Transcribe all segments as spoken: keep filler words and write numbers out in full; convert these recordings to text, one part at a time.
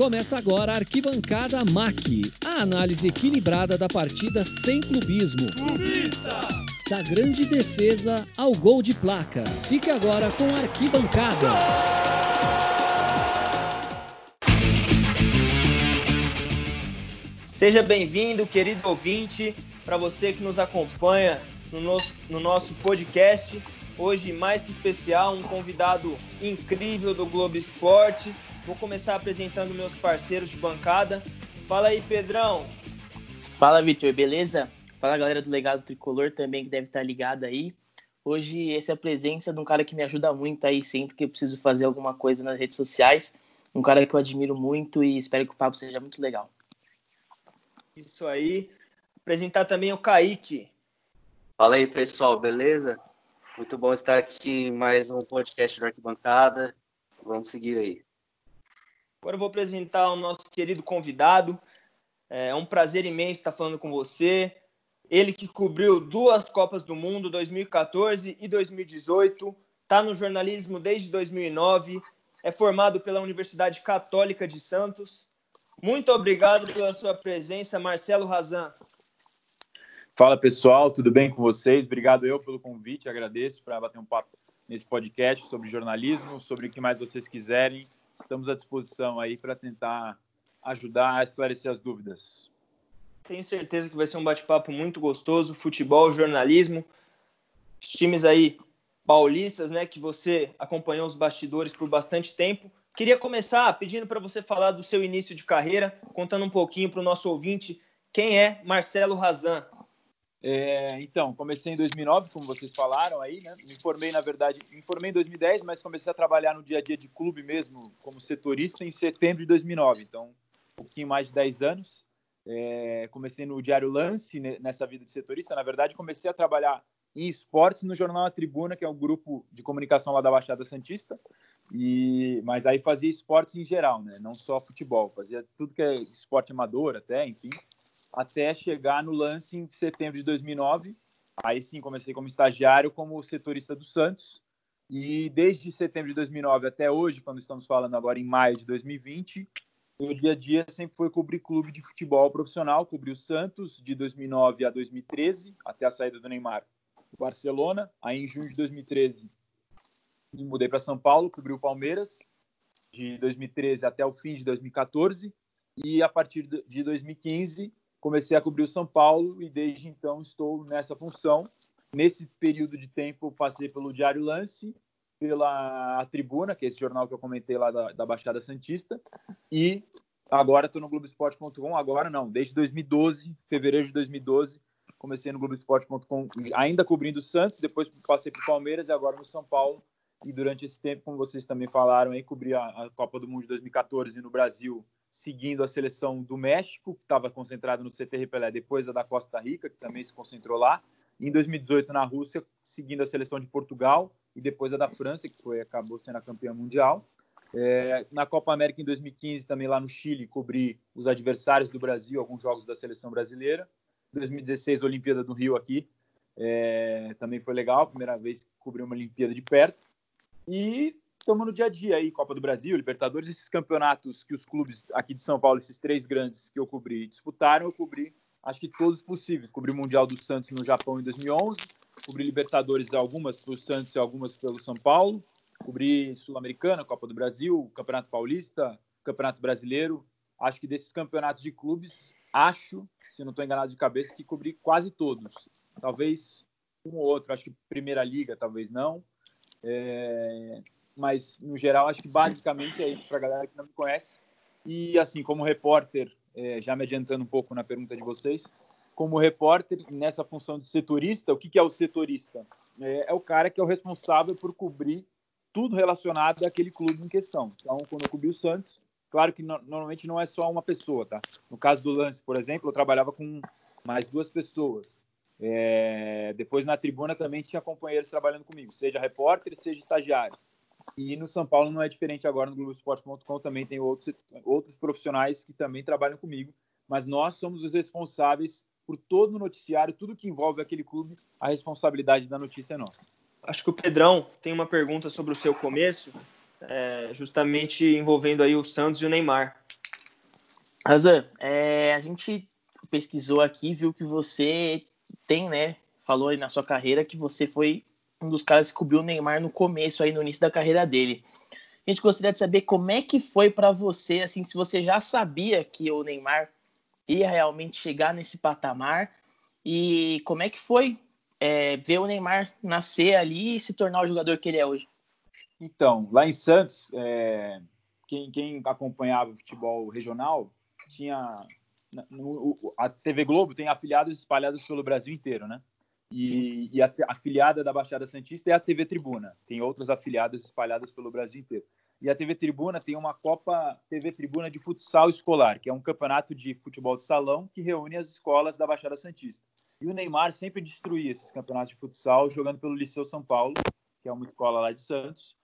Começa agora a Arquibancada M A C, a análise equilibrada da partida sem clubismo. Clubista! Da grande defesa ao gol de placa. Fique agora com a Arquibancada. Seja bem-vindo, querido ouvinte, para você que nos acompanha no nosso, no nosso podcast. Hoje, mais que especial, um convidado incrível do Globo Esporte. Vou começar apresentando meus parceiros de bancada. Fala aí, Pedrão. Fala, Vitor, beleza? Fala, galera do Legado Tricolor também, que deve estar ligada aí. Hoje, essa é a presença de um cara que me ajuda muito aí sempre que eu preciso fazer alguma coisa nas redes sociais. Um cara que eu admiro muito e espero que o papo seja muito legal. Isso aí. Apresentar também o Kaique. Fala aí, pessoal, beleza? Muito bom estar aqui em mais um podcast da Arquibancada. Vamos seguir aí. Agora eu vou apresentar o nosso querido convidado. É um prazer imenso estar falando com você. Ele que cobriu duas Copas do Mundo, dois mil e quatorze e dois mil e dezoito. Está no jornalismo desde dois mil e nove. É formado pela Universidade Católica de Santos. Muito obrigado pela sua presença, Marcelo Razan. Fala, pessoal, tudo bem com vocês? Obrigado eu pelo convite, agradeço para bater um papo nesse podcast sobre jornalismo, sobre o que mais vocês quiserem. Estamos à disposição aí para tentar ajudar a esclarecer as dúvidas. Tenho certeza que vai ser um bate-papo muito gostoso, futebol, jornalismo, os times aí paulistas, né, que você acompanhou os bastidores por bastante tempo. Queria começar pedindo para você falar do seu início de carreira, contando um pouquinho para o nosso ouvinte quem é Marcelo Razan. É, então, comecei em dois mil e nove, como vocês falaram aí, né? Me formei, na verdade, me formei em dois mil e dez, mas comecei a trabalhar no dia a dia de clube mesmo, como setorista, em setembro de dois mil e nove. Então, um pouquinho mais de dez anos. É, comecei no Diário Lance, nessa vida de setorista. Na verdade, comecei a trabalhar em esportes no jornal A Tribuna, que é um grupo de comunicação lá da Baixada Santista. E, mas aí fazia esportes em geral, né? Não só futebol. Fazia tudo que é esporte amador até, enfim. Até chegar no Lance em setembro de dois mil e nove. Aí sim, comecei como estagiário, como setorista do Santos. E desde setembro de dois mil e nove até hoje, quando estamos falando agora em maio de dois mil e vinte, o dia a dia sempre foi cobrir clube de futebol profissional. Cobri o Santos de dois mil e nove a dois mil e treze, até a saída do Neymar do Barcelona. Aí em junho de dois mil e treze, me mudei para São Paulo, cobri o Palmeiras de dois mil e treze até o fim de dois mil e quatorze. E a partir de dois mil e quinze... comecei a cobrir o São Paulo e desde então estou nessa função. Nesse período de tempo passei pelo Diário Lance, pela Tribuna, que é esse jornal que eu comentei lá da, da Baixada Santista, e agora estou no Globo Esporte ponto com, agora não, desde dois mil e doze, fevereiro de dois mil e doze, comecei no Globo Esporte ponto com, ainda cobrindo o Santos, depois passei para o Palmeiras e agora no São Paulo. E durante esse tempo, como vocês também falaram, aí, cobri a, a Copa do Mundo de dois mil e quatorze no Brasil, seguindo a seleção do México, que estava concentrada no C T Repelé, depois a da Costa Rica, que também se concentrou lá. Em dois mil e dezoito, na Rússia, seguindo a seleção de Portugal, e depois a da França, que foi, acabou sendo a campeã mundial. É, na Copa América, em dois mil e quinze, também lá no Chile, cobri os adversários do Brasil, alguns jogos da seleção brasileira. Em dois mil e dezesseis, Olimpíada do Rio aqui, é, também foi legal, primeira vez que cobri uma Olimpíada de perto. E estamos no dia a dia aí, Copa do Brasil, Libertadores, esses campeonatos que os clubes aqui de São Paulo, esses três grandes que eu cobri, disputaram, eu cobri, acho que todos possíveis. Cobri o Mundial do Santos no Japão em dois mil e onze, cobri Libertadores, algumas pelo Santos e algumas pelo São Paulo, cobri Sul-Americana, Copa do Brasil, Campeonato Paulista, Campeonato Brasileiro. Acho que desses campeonatos de clubes, acho, se não estou enganado de cabeça, que cobri quase todos. Talvez um ou outro, acho que Primeira Liga, talvez não. É, mas no geral acho que basicamente é isso para a galera que não me conhece. E assim, como repórter, é, já me adiantando um pouco na pergunta de vocês, como repórter nessa função de setorista, o que, que é o setorista? É, é o cara que é o responsável por cobrir tudo relacionado àquele clube em questão. Então, quando eu cobri o Santos, claro que no, normalmente não é só uma pessoa, tá? No caso do Lance, por exemplo, eu trabalhava com mais duas pessoas. É, depois na Tribuna também tinha companheiros trabalhando comigo, seja repórter, seja estagiário. E no São Paulo não é diferente agora, no Globo Esporte ponto com também tem outros, outros profissionais que também trabalham comigo, mas nós somos os responsáveis por todo o noticiário, tudo que envolve aquele clube, a responsabilidade da notícia é nossa. Acho que o Pedrão tem uma pergunta sobre o seu começo, é, justamente envolvendo aí o Santos e o Neymar. Razan, é, a gente pesquisou aqui, viu que você tem, né? Falou aí na sua carreira que você foi um dos caras que cobriu o Neymar no começo, aí no início da carreira dele. A gente gostaria de saber como é que foi para você, assim, se você já sabia que o Neymar ia realmente chegar nesse patamar e como é que foi é, ver o Neymar nascer ali e se tornar o jogador que ele é hoje. Então, lá em Santos, é, quem, quem acompanhava o futebol regional tinha... No, a T V Globo tem afiliadas espalhadas pelo Brasil inteiro, né? E, e a, a afiliada da Baixada Santista é a T V Tribuna. Tem outras afiliadas espalhadas pelo Brasil inteiro. E a T V Tribuna tem uma Copa T V Tribuna de futsal escolar, que é um campeonato de futebol de salão que reúne as escolas da Baixada Santista. E o Neymar sempre destruía esses campeonatos de futsal jogando pelo Liceu São Paulo, que é uma escola lá de Santos.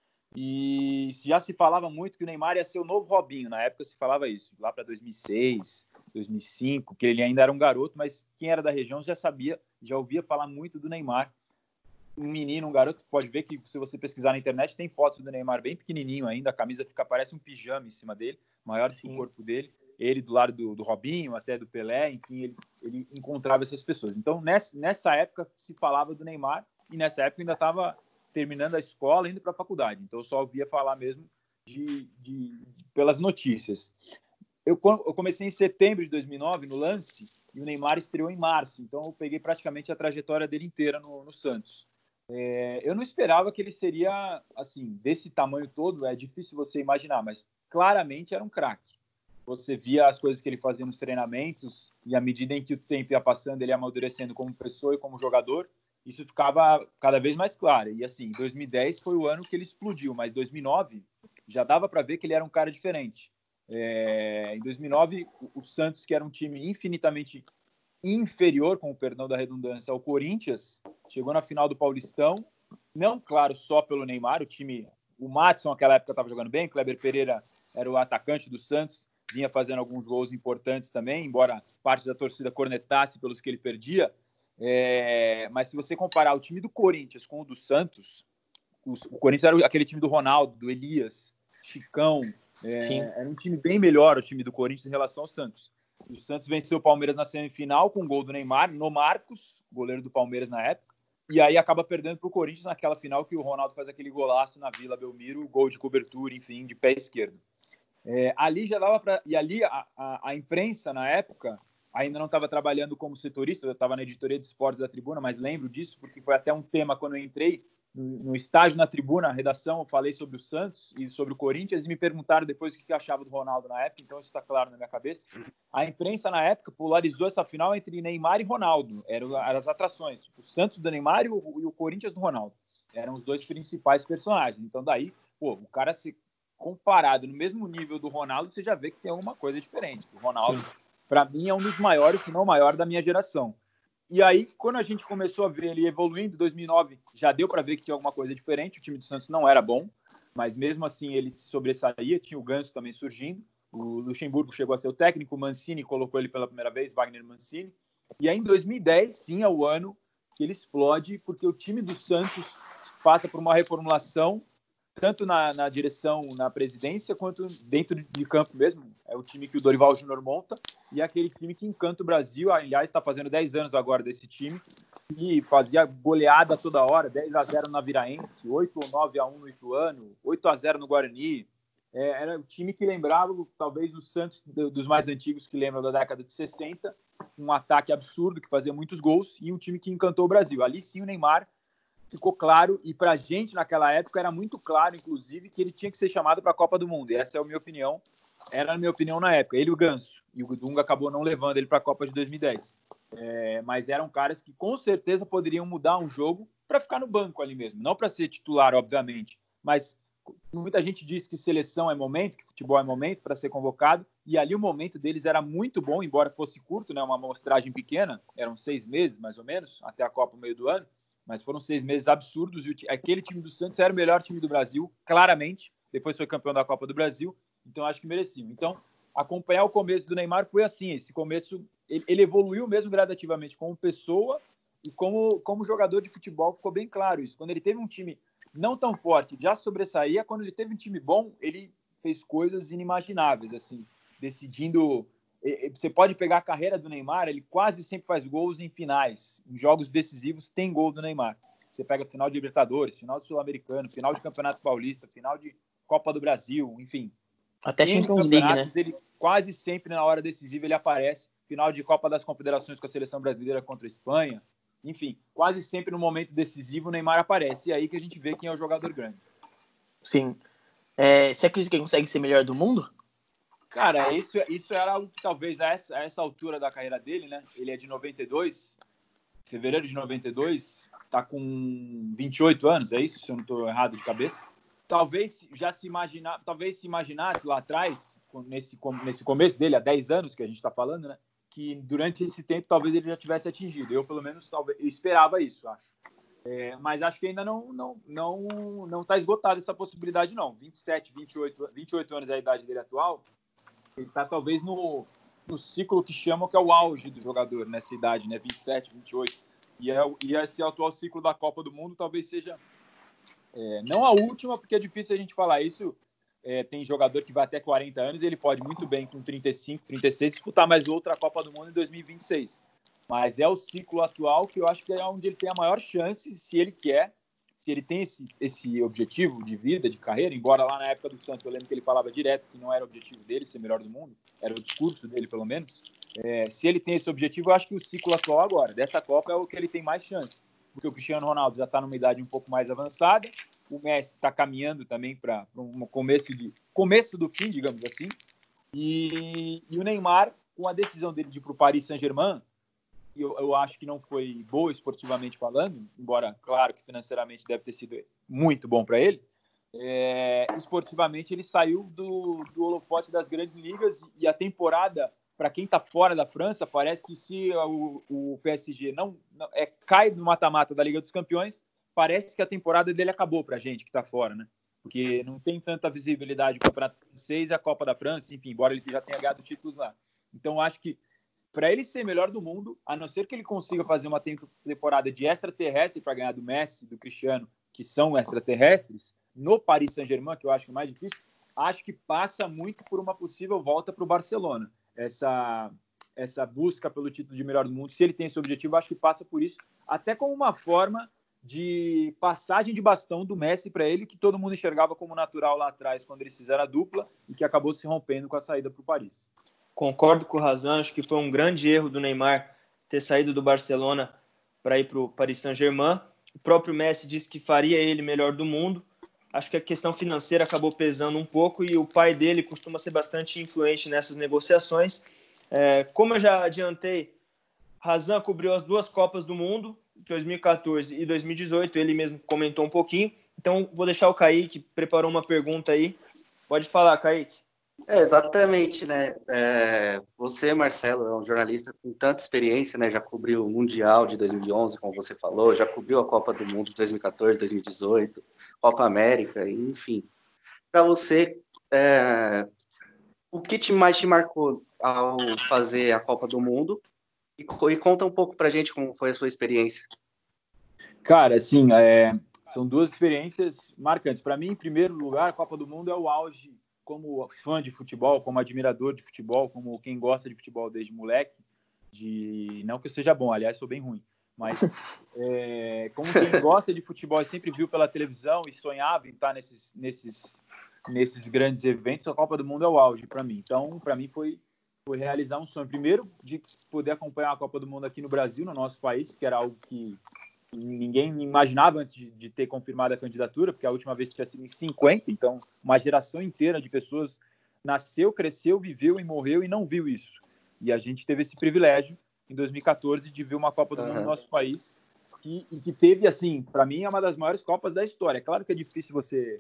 E já se falava muito que o Neymar ia ser o novo Robinho. Na época se falava isso, lá para dois mil e seis, dois mil e cinco, que ele ainda era um garoto, mas quem era da região já sabia, já ouvia falar muito do Neymar. Um menino, um garoto, pode ver que se você pesquisar na internet, tem fotos do Neymar bem pequenininho ainda, a camisa fica, parece um pijama em cima dele, maior que o corpo dele. Ele do lado do, do Robinho, até do Pelé, enfim, ele, ele encontrava essas pessoas. Então, nessa, nessa época, se falava do Neymar, e nessa época ainda estava terminando a escola, indo para a faculdade. Então, eu só ouvia falar mesmo de, de, de, pelas notícias. Eu, eu comecei em setembro de dois mil e nove, no Lance, e o Neymar estreou em março. Então, eu peguei praticamente a trajetória dele inteira no, no Santos. É, eu não esperava que ele seria, assim, desse tamanho todo. É difícil você imaginar, mas claramente era um craque. Você via as coisas que ele fazia nos treinamentos, e à medida em que o tempo ia passando, ele ia amadurecendo como pessoa e como jogador, isso ficava cada vez mais claro. E assim, dois mil e dez foi o ano que ele explodiu, mas dois mil e nove já dava para ver que ele era um cara diferente. É, em dois mil e nove, o Santos, que era um time infinitamente inferior, com o perdão da redundância, ao Corinthians, chegou na final do Paulistão, não, claro, só pelo Neymar, o time, o Maddson naquela época estava jogando bem, Kleber Pereira era o atacante do Santos, vinha fazendo alguns gols importantes também, embora parte da torcida cornetasse pelos que ele perdia. É, mas se você comparar o time do Corinthians com o do Santos, o, o Corinthians era aquele time do Ronaldo, do Elias, Chicão, é, era um time bem melhor, o time do Corinthians, em relação ao Santos. O Santos venceu o Palmeiras na semifinal com o gol do Neymar, no Marcos, goleiro do Palmeiras na época, e aí acaba perdendo para o Corinthians naquela final que o Ronaldo faz aquele golaço na Vila Belmiro, gol de cobertura, enfim, de pé esquerdo. É, ali já dava para... E ali a, a, a imprensa, na época, ainda não estava trabalhando como setorista, eu estava na editoria de esportes da Tribuna, mas lembro disso porque foi até um tema quando eu entrei no, no estágio na Tribuna, a redação, eu falei sobre o Santos e sobre o Corinthians e me perguntaram depois o que eu achava do Ronaldo na época, então isso está claro na minha cabeça. A imprensa, na época, polarizou essa final entre Neymar e Ronaldo, eram, eram as atrações, o Santos do Neymar e o, e o Corinthians do Ronaldo, eram os dois principais personagens, então daí, pô, o cara se comparado no mesmo nível do Ronaldo, você já vê que tem alguma coisa diferente. O Ronaldo, para mim, é um dos maiores, se não o maior da minha geração. E aí, quando a gente começou a ver ele evoluindo, em dois mil e nove, já deu para ver que tinha alguma coisa diferente. O time do Santos não era bom, mas mesmo assim ele se sobressaía. Tinha o Ganso também surgindo. O Luxemburgo chegou a ser o técnico, o Mancini colocou ele pela primeira vez, Wagner Mancini. E aí, em dois mil e dez, sim, é o ano que ele explode, porque o time do Santos passa por uma reformulação, tanto na, na direção, na presidência, quanto dentro de campo mesmo. É o time que o Dorival Júnior monta e é aquele time que encanta o Brasil. Aliás, está fazendo dez anos agora desse time e fazia goleada toda hora, dez a zero na Viraense, oito ou nove a um no Ituano, oito a zero no Guarani. É, era um time que lembrava, talvez, o Santos dos mais antigos, que lembram da década de sessenta, um ataque absurdo, que fazia muitos gols, e um time que encantou o Brasil. Ali sim o Neymar ficou claro, e para a gente naquela época era muito claro, inclusive, que ele tinha que ser chamado para a Copa do Mundo. E essa é a minha opinião, era a minha opinião na época. Ele e o Ganso, e o Dunga acabou não levando ele para a Copa de dois mil e dez. É, mas eram caras que com certeza poderiam mudar um jogo para ficar no banco ali mesmo, não para ser titular, obviamente, mas muita gente diz que seleção é momento, que futebol é momento para ser convocado, e ali o momento deles era muito bom, embora fosse curto, né, uma amostragem pequena, eram seis meses mais ou menos, até a Copa no meio do ano, mas foram seis meses absurdos, e aquele time do Santos era o melhor time do Brasil, claramente, depois foi campeão da Copa do Brasil, então acho que mereciam. Então, acompanhar o começo do Neymar foi assim, esse começo, ele, ele evoluiu mesmo gradativamente como pessoa e como, como jogador de futebol, ficou bem claro isso. Quando ele teve um time não tão forte, já sobressaía, quando ele teve um time bom, ele fez coisas inimagináveis, assim, decidindo você pode pegar a carreira do Neymar, ele quase sempre faz gols em finais. Em jogos decisivos tem gol do Neymar. Você pega final de Libertadores, final do Sul-Americano, final de Campeonato Paulista, final de Copa do Brasil, enfim. Até Champions League, né? Ele quase sempre na hora decisiva ele aparece. Final de Copa das Confederações com a seleção brasileira contra a Espanha. Enfim, quase sempre no momento decisivo o Neymar aparece. E é aí que a gente vê quem é o jogador grande. Sim. É, você acredita que ele consegue ser melhor do mundo? Cara, isso, isso era algo que talvez a essa, a essa altura da carreira dele, né? Ele é de noventa e dois, fevereiro de noventa e dois, tá com vinte e oito anos, é isso? Se eu não estou errado de cabeça. Talvez já se imaginar, talvez se imaginasse lá atrás, nesse, nesse começo dele, há dez anos que a gente está falando, né? Que durante esse tempo talvez ele já tivesse atingido. Eu, pelo menos, talvez, eu esperava isso, acho. É, mas acho que ainda não não não não está esgotada essa possibilidade, não. vinte e sete, vinte e oito, vinte e oito anos é a idade dele atual. Ele está talvez no, no ciclo que chamam que é o auge do jogador nessa idade, né? vinte e sete, vinte e oito. E, é, e esse atual ciclo da Copa do Mundo talvez seja é, não a última, porque é difícil a gente falar isso. É, tem jogador que vai até quarenta anos e ele pode muito bem com trinta e cinco, trinta e seis disputar mais outra Copa do Mundo em dois mil e vinte e seis. Mas é o ciclo atual que eu acho que é onde ele tem a maior chance, se ele quer, se ele tem esse, esse objetivo de vida, de carreira, embora lá na época do Santos eu lembro que ele falava direto que não era o objetivo dele ser melhor do mundo, era o discurso dele pelo menos. É, se ele tem esse objetivo, eu acho que o ciclo atual agora, dessa Copa, é o que ele tem mais chance. Porque o Cristiano Ronaldo já está numa idade um pouco mais avançada, o Messi está caminhando também para um começo, de, começo do fim, digamos assim, e, e o Neymar, com a decisão dele de ir para o Paris Saint-Germain, eu, eu acho que não foi boa esportivamente falando, embora, claro, que financeiramente deve ter sido muito bom para ele, é, esportivamente ele saiu do, do holofote das grandes ligas e a temporada, para quem está fora da França, parece que se o, o P S G não, não é, cai no mata-mata da Liga dos Campeões, parece que a temporada dele acabou para a gente que está fora, né? Porque não tem tanta visibilidade o Campeonato Francês e a Copa da França, enfim, embora ele já tenha ganhado títulos lá. Então, acho que para ele ser melhor do mundo, a não ser que ele consiga fazer uma temporada de extraterrestre para ganhar do Messi, do Cristiano, que são extraterrestres, no Paris Saint-Germain, que eu acho que é mais difícil, acho que passa muito por uma possível volta para o Barcelona. Essa, essa busca pelo título de melhor do mundo, se ele tem esse objetivo, acho que passa por isso, até como uma forma de passagem de bastão do Messi para ele, que todo mundo enxergava como natural lá atrás, quando eles fizeram a dupla, e que acabou se rompendo com a saída para o Paris. Concordo com o Razan, acho que foi um grande erro do Neymar ter saído do Barcelona para ir para o Paris Saint-Germain. O próprio Messi disse que faria ele melhor do mundo. Acho que a questão financeira acabou pesando um pouco e o pai dele costuma ser bastante influente nessas negociações. É, como eu já adiantei, Razan cobriu as duas Copas do Mundo, dois mil e quatorze e dois mil e dezoito, ele mesmo comentou um pouquinho. Então, vou deixar o Kaique, preparou uma pergunta aí. Pode falar, Kaique. É, exatamente, né? É, você, Marcelo, é um jornalista com tanta experiência, né? Já cobriu o Mundial de dois mil e onze, como você falou, já cobriu a Copa do Mundo de dois mil e quatorze, dois mil e dezoito, Copa América, enfim. Para você, é, o que te mais te marcou ao fazer a Copa do Mundo? E, e conta um pouco pra gente como foi a sua experiência. Cara, assim, é, são duas experiências marcantes. Para mim, em primeiro lugar, a Copa do Mundo é o auge como fã de futebol, como admirador de futebol, como quem gosta de futebol desde moleque, de não que eu seja bom, aliás, sou bem ruim, mas é, como quem gosta de futebol e sempre viu pela televisão e sonhava em estar nesses, nesses, nesses grandes eventos, a Copa do Mundo é o auge para mim. Então, para mim, foi, foi realizar um sonho. Primeiro, de poder acompanhar a Copa do Mundo aqui no Brasil, no nosso país, que era algo que ninguém imaginava antes de, de ter confirmado a candidatura, porque a última vez tinha sido em cinquenta, então uma geração inteira de pessoas nasceu, cresceu, viveu e morreu e não viu isso. E a gente teve esse privilégio em dois mil e quatorze de ver uma Copa do uhum. Mundo no nosso país que, e que teve, assim, para mim é uma das maiores Copas da história. É claro que é difícil você,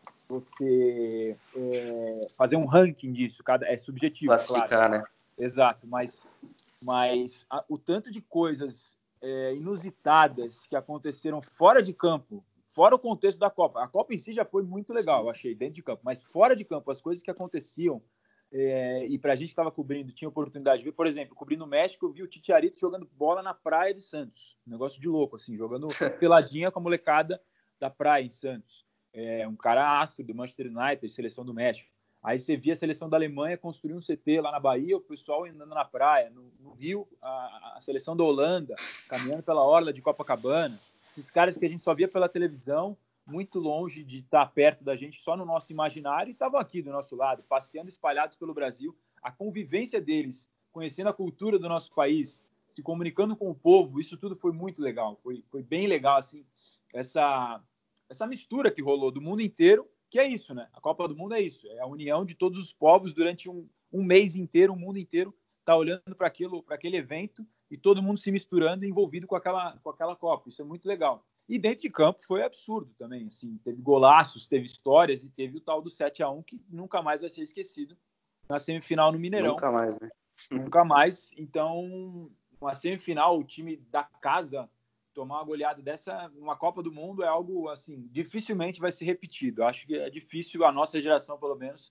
você é, fazer um ranking disso, cada, é subjetivo, classificar, claro. Né? Exato, mas, mas a, o tanto de coisas É, inusitadas que aconteceram fora de campo, fora o contexto da Copa. A Copa em si já foi muito legal, eu achei, dentro de campo, mas fora de campo, as coisas que aconteciam, é, e pra gente que estava cobrindo, tinha oportunidade de ver, por exemplo, cobrindo o México, eu vi o Titiarito jogando bola na praia de Santos, um negócio de louco, assim, jogando peladinha com a molecada da praia em Santos. É, um cara astro do Manchester United, seleção do México. Aí você via a seleção da Alemanha construir um C T lá na Bahia, o pessoal andando na praia. No, no Rio, a, a seleção da Holanda caminhando pela orla de Copacabana. Esses caras que a gente só via pela televisão, muito longe de estar perto da gente, só no nosso imaginário, e estavam aqui do nosso lado, passeando espalhados pelo Brasil. A convivência deles, conhecendo a cultura do nosso país, se comunicando com o povo, isso tudo foi muito legal. Foi, foi bem legal, assim, essa, essa mistura que rolou do mundo inteiro, que é isso, né? A Copa do Mundo é isso, é a união de todos os povos durante um, um mês inteiro, o mundo inteiro está olhando para aquilo, para aquele evento, e todo mundo se misturando e envolvido com aquela, com aquela Copa. Isso é muito legal. E dentro de campo foi absurdo também, assim, teve golaços, teve histórias e teve o tal do sete a um que nunca mais vai ser esquecido na semifinal no Mineirão. Nunca mais, né? Nunca mais. Então, uma semifinal, o time da casa tomar uma goleada dessa numa Copa do Mundo é algo, assim, dificilmente vai ser repetido. Acho que é difícil a nossa geração, pelo menos,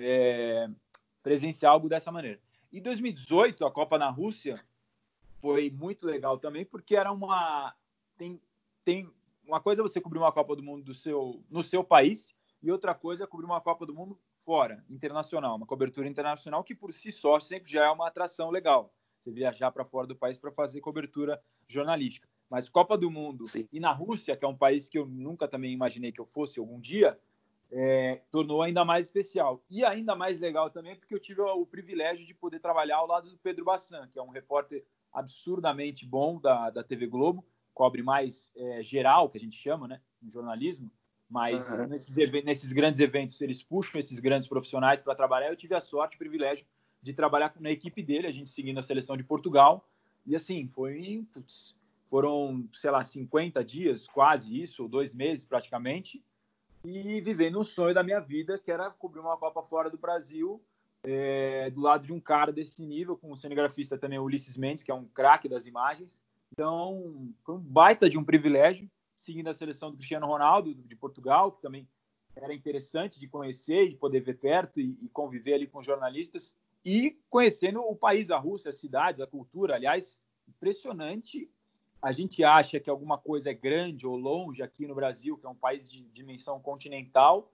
é, presenciar algo dessa maneira. Em dois mil e dezoito, a Copa na Rússia foi muito legal também, porque era uma... Tem, tem uma coisa é você cobrir uma Copa do Mundo do seu, no seu país, e outra coisa é cobrir uma Copa do Mundo fora, internacional, uma cobertura internacional que, por si só, sempre já é uma atração legal. Você viajar para fora do país para fazer cobertura jornalística. Mas Copa do Mundo Sim. e na Rússia, que é um país que eu nunca também imaginei que eu fosse algum dia, é, tornou ainda mais especial. E ainda mais legal também porque eu tive o privilégio de poder trabalhar ao lado do Pedro Bassan, que é um repórter absurdamente bom da, da T V Globo, cobre mais é, geral, que a gente chama, né, no jornalismo, mas uhum. nesses, nesses grandes eventos eles puxam esses grandes profissionais para trabalhar. Eu tive a sorte, o privilégio de trabalhar na equipe dele, a gente seguindo a seleção de Portugal, e assim, foi... Putz, foram, sei lá, cinquenta dias, quase isso, ou dois meses praticamente, e vivendo um sonho da minha vida, que era cobrir uma Copa fora do Brasil, é, do lado de um cara desse nível, com o cinegrafista também, o Ulisses Mendes, que é um craque das imagens. Então, foi um baita de um privilégio, seguindo a seleção do Cristiano Ronaldo, de Portugal, que também era interessante de conhecer, de poder ver perto e, e conviver ali com jornalistas, e conhecendo o país, a Rússia, as cidades, a cultura. Aliás, impressionante. A gente acha que alguma coisa é grande ou longe aqui no Brasil, que é um país de dimensão continental,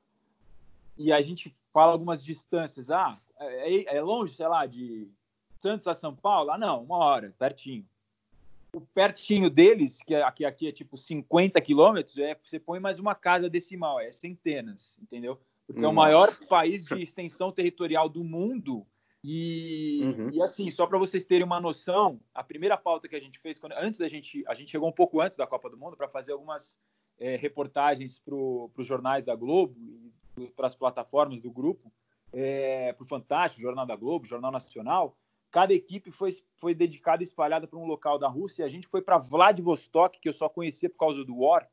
e a gente fala algumas distâncias. Ah, é, é longe, sei lá, de Santos a São Paulo? Ah, não, uma hora, pertinho. O pertinho deles, que aqui, aqui é tipo cinquenta quilômetros, é, você põe mais uma casa decimal, é centenas, entendeu? Porque Nossa. É o maior país de extensão territorial do mundo. E, uhum. e assim, só para vocês terem uma noção, a primeira pauta que a gente fez, quando, antes da gente, a gente chegou um pouco antes da Copa do Mundo para fazer algumas é, reportagens para os jornais da Globo e para as plataformas do grupo, é, para o Fantástico, Jornal da Globo, Jornal Nacional. Cada equipe foi, foi dedicada e espalhada para um local da Rússia, e a gente foi para Vladivostok, que eu só conhecia por causa do War,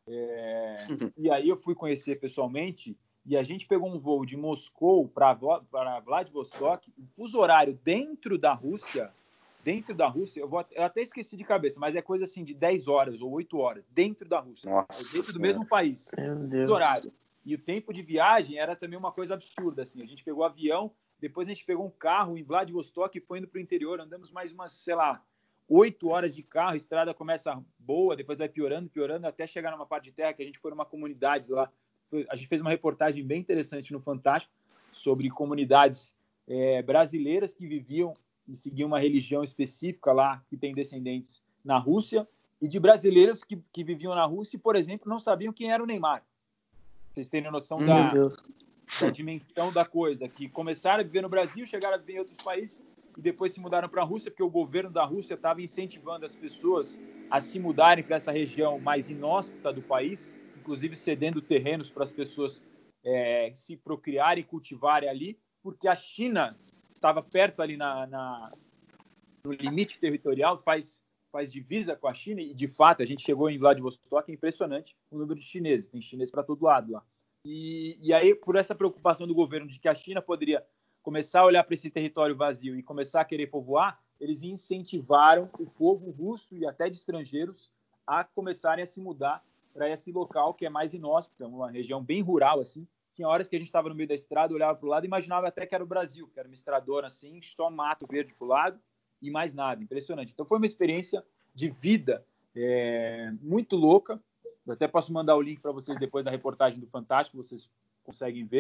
é, uhum. e aí eu fui conhecer pessoalmente. E a gente pegou um voo de Moscou para Vladivostok, um fuso horário dentro da Rússia, dentro da Rússia, eu, vou, eu até esqueci de cabeça, mas é coisa assim de dez horas ou oito horas, dentro da Rússia, Nossa, dentro do mesmo país, fuso horário. E o tempo de viagem era também uma coisa absurda, assim, a gente pegou avião, depois a gente pegou um carro em Vladivostok e foi indo para o interior, andamos mais umas, sei lá, oito horas de carro, a estrada começa boa, depois vai piorando, piorando, até chegar numa parte de terra que a gente foi numa comunidade lá. A gente fez uma reportagem bem interessante no Fantástico sobre comunidades é, brasileiras que viviam e seguiam uma religião específica lá, que tem descendentes na Rússia, e de brasileiros que, que viviam na Rússia e, por exemplo, não sabiam quem era o Neymar. Vocês terem noção da, da dimensão da coisa, que começaram a viver no Brasil, chegaram a viver em outros países e depois se mudaram para a Rússia, porque o governo da Rússia estava incentivando as pessoas a se mudarem para essa região mais inóspita do país, inclusive cedendo terrenos para as pessoas é, se procriarem e cultivarem ali, porque a China estava perto ali na, na, no limite territorial, faz, faz divisa com a China, e de fato a gente chegou em Vladivostok, é impressionante o número de chineses, tem chinês para todo lado lá. E, e aí, por essa preocupação do governo de que a China poderia começar a olhar para esse território vazio e começar a querer povoar, eles incentivaram o povo russo e até de estrangeiros a começarem a se mudar para esse local que é mais inóspito, é uma região bem rural, assim. Tinha horas que a gente estava no meio da estrada, olhava para o lado e imaginava até que era o Brasil, que era uma estradona assim, só mato verde para o lado e mais nada. Impressionante. Então foi uma experiência de vida é, muito louca. Eu até posso mandar o link para vocês depois da reportagem do Fantástico, vocês conseguem ver.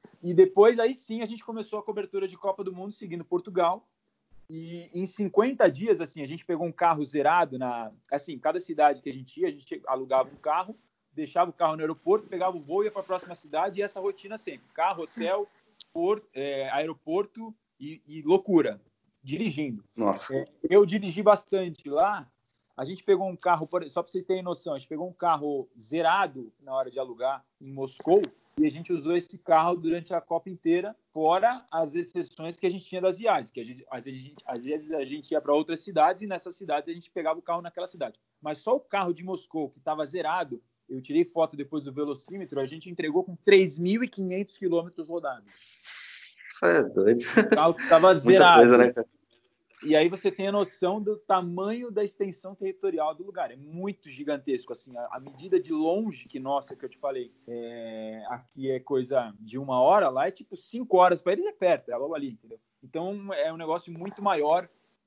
E depois, aí sim, a gente começou a cobertura de Copa do Mundo seguindo Portugal. E em cinquenta dias, assim, a gente pegou um carro zerado na... Assim, cada cidade que a gente ia, a gente alugava um carro, deixava o carro no aeroporto, pegava o voo, ia para a próxima cidade, e essa rotina sempre. Carro, hotel, porto, é, aeroporto e, e loucura, dirigindo. Nossa. É, eu dirigi bastante lá. A gente pegou um carro, só para vocês terem noção, a gente pegou um carro zerado na hora de alugar em Moscou, e a gente usou esse carro durante a Copa inteira, fora as exceções que a gente tinha das viagens, que a gente, às, vezes, às vezes a gente ia para outras cidades e nessas cidades a gente pegava o carro naquela cidade. Mas só o carro de Moscou, que estava zerado, eu tirei foto depois do velocímetro, a gente entregou com três mil e quinhentos quilômetros rodados. Isso é doido. O carro que estava zerado. Muita coisa, né, cara? E aí você tem a noção do tamanho da extensão territorial do lugar. É muito gigantesco, assim. A, a medida de longe que, nossa, que eu te falei, é, aqui é coisa de uma hora, lá é tipo cinco horas para eles, é perto, é logo ali, entendeu? Então é um negócio muito maior,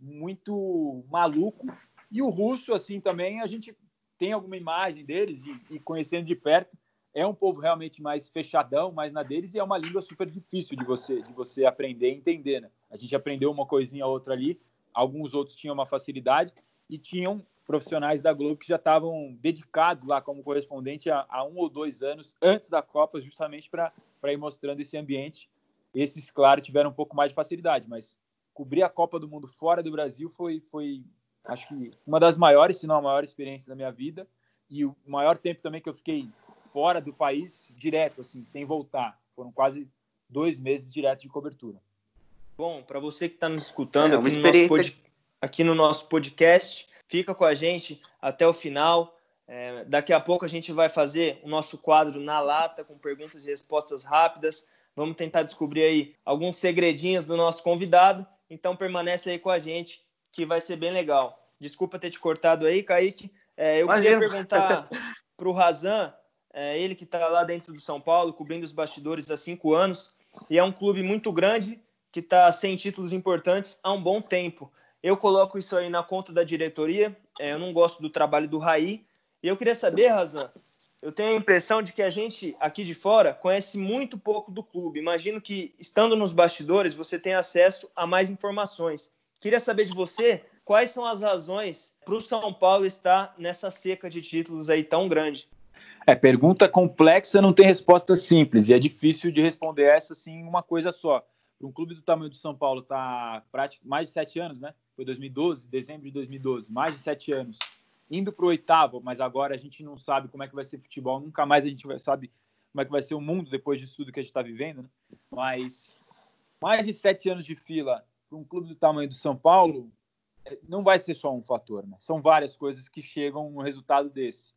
muito maluco. E o russo, assim, também, a gente tem alguma imagem deles e, e conhecendo de perto, é um povo realmente mais fechadão, mais na deles, e é uma língua super difícil de você, de você aprender e entender, né? A gente aprendeu uma coisinha ou outra ali, alguns outros tinham uma facilidade, e tinham profissionais da Globo que já estavam dedicados lá como correspondente há, há um ou dois anos, antes da Copa, justamente para ir mostrando esse ambiente. Esses, claro, tiveram um pouco mais de facilidade, mas cobrir a Copa do Mundo fora do Brasil foi, foi acho que, uma das maiores, se não a maior experiência da minha vida, e o maior tempo também que eu fiquei fora do país, direto, assim, sem voltar. Foram quase dois meses direto de cobertura. Bom, para você que está nos escutando é, aqui, experiência... no nosso pod... aqui no nosso podcast, fica com a gente até o final. É, daqui a pouco a gente vai fazer o nosso quadro Na Lata, com perguntas e respostas rápidas. Vamos tentar descobrir aí alguns segredinhos do nosso convidado. Então permanece aí com a gente, que vai ser bem legal. Desculpa ter te cortado aí, Kaique. É, eu Imagina. queria perguntar para o Razan, é, ele que está lá dentro do São Paulo, cobrindo os bastidores há cinco anos, e é um clube muito grande, que está sem títulos importantes há um bom tempo. Eu coloco isso aí na conta da diretoria, é, eu não gosto do trabalho do Raí, e eu queria saber, Razan, eu tenho a impressão de que a gente aqui de fora conhece muito pouco do clube. Imagino que, estando nos bastidores, você tem acesso a mais informações. Queria saber de você quais são as razões para o São Paulo estar nessa seca de títulos aí tão grande. É, pergunta complexa, não tem resposta simples, e é difícil de responder essa assim uma coisa só. Para um clube do tamanho do São Paulo, está mais de sete anos, né? Foi dois mil e doze, dezembro de dois mil e doze, mais de sete anos. Indo para o oitavo, mas agora a gente não sabe como é que vai ser futebol, nunca mais a gente vai, sabe como é que vai ser o mundo depois disso tudo que a gente está vivendo, né? Mas mais de sete anos de fila para um clube do tamanho do São Paulo, não vai ser só um fator, né? São várias coisas que chegam no resultado desse.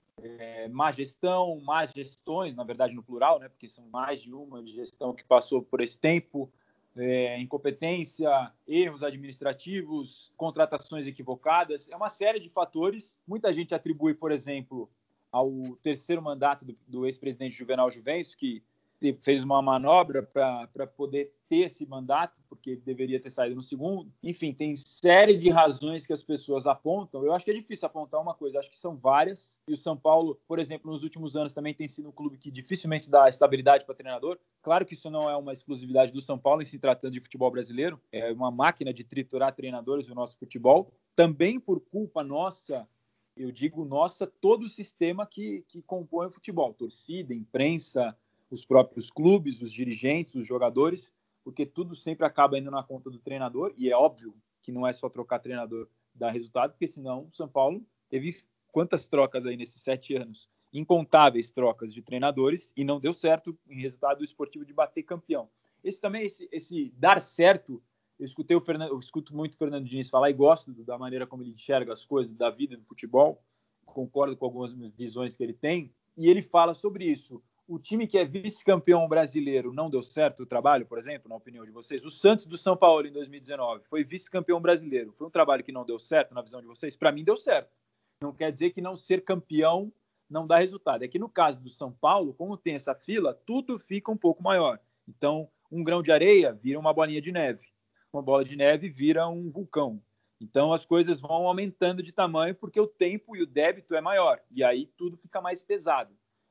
É, má gestão, más gestões, na verdade no plural, né, porque são mais de uma de gestão que passou por esse tempo, é, incompetência, erros administrativos, contratações equivocadas, é uma série de fatores. Muita gente atribui, por exemplo, ao terceiro mandato do, do ex-presidente Juvenal Juvencio, que fez uma manobra para poder ter esse mandato, porque deveria ter saído no segundo. Enfim, tem série de razões que as pessoas apontam. Eu acho que é difícil apontar uma coisa, acho que são várias. E o São Paulo, por exemplo, nos últimos anos também tem sido um clube que dificilmente dá estabilidade para treinador. Claro que isso não é uma exclusividade do São Paulo em se tratando de futebol brasileiro. É uma máquina de triturar treinadores o nosso futebol. Também por culpa nossa, eu digo nossa, todo o sistema que, que compõe o futebol. Torcida, imprensa, os próprios clubes, os dirigentes, os jogadores, porque tudo sempre acaba indo na conta do treinador, e é óbvio que não é só trocar treinador dar resultado, porque senão o São Paulo teve quantas trocas aí nesses sete anos? Incontáveis trocas de treinadores, e não deu certo em resultado esportivo de bater campeão. Esse também, esse, esse dar certo, eu escutei o Fernando, eu escuto muito o Fernando Diniz falar e gosto da maneira como ele enxerga as coisas da vida do futebol, concordo com algumas visões que ele tem, e ele fala sobre isso. O time que é vice-campeão brasileiro não deu certo o trabalho, por exemplo, na opinião de vocês? O Santos do São Paulo, em dois mil e dezenove, foi vice-campeão brasileiro. Foi um trabalho que não deu certo, na visão de vocês? Para mim, deu certo. Não quer dizer que não ser campeão não dá resultado. É que no caso do São Paulo, como tem essa fila, tudo fica um pouco maior. Então, um grão de areia vira uma bolinha de neve. Uma bola de neve vira um vulcão. Então, as coisas vão aumentando de tamanho porque o tempo e o débito é maior. E aí, tudo fica mais pesado.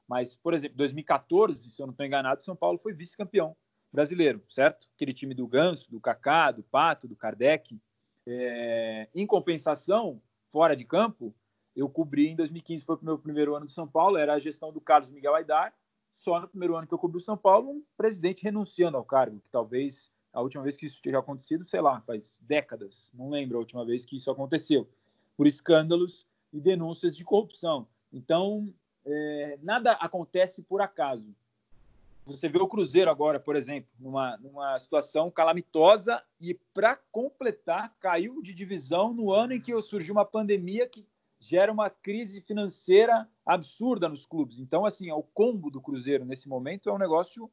Mas, por exemplo, em dois mil e quatorze, se eu não estou enganado, o São Paulo foi vice-campeão brasileiro, certo? Aquele time do Ganso, do Kaká, do Pato, do Kardec. É... Em compensação, fora de campo, eu cobri em dois mil e quinze, foi o meu primeiro ano do São Paulo, era a gestão do Carlos Miguel Aidar. Só no primeiro ano que eu cobri o São Paulo, um presidente renunciando ao cargo, que talvez a última vez que isso tinha acontecido, sei lá, faz décadas, não lembro a última vez que isso aconteceu, por escândalos e denúncias de corrupção. Então, é, nada acontece por acaso. Você vê o Cruzeiro agora, por exemplo, numa, numa situação calamitosa e, para completar, caiu de divisão no ano em que surgiu uma pandemia que gera uma crise financeira absurda nos clubes. Então, assim, o combo do Cruzeiro nesse momento é um negócio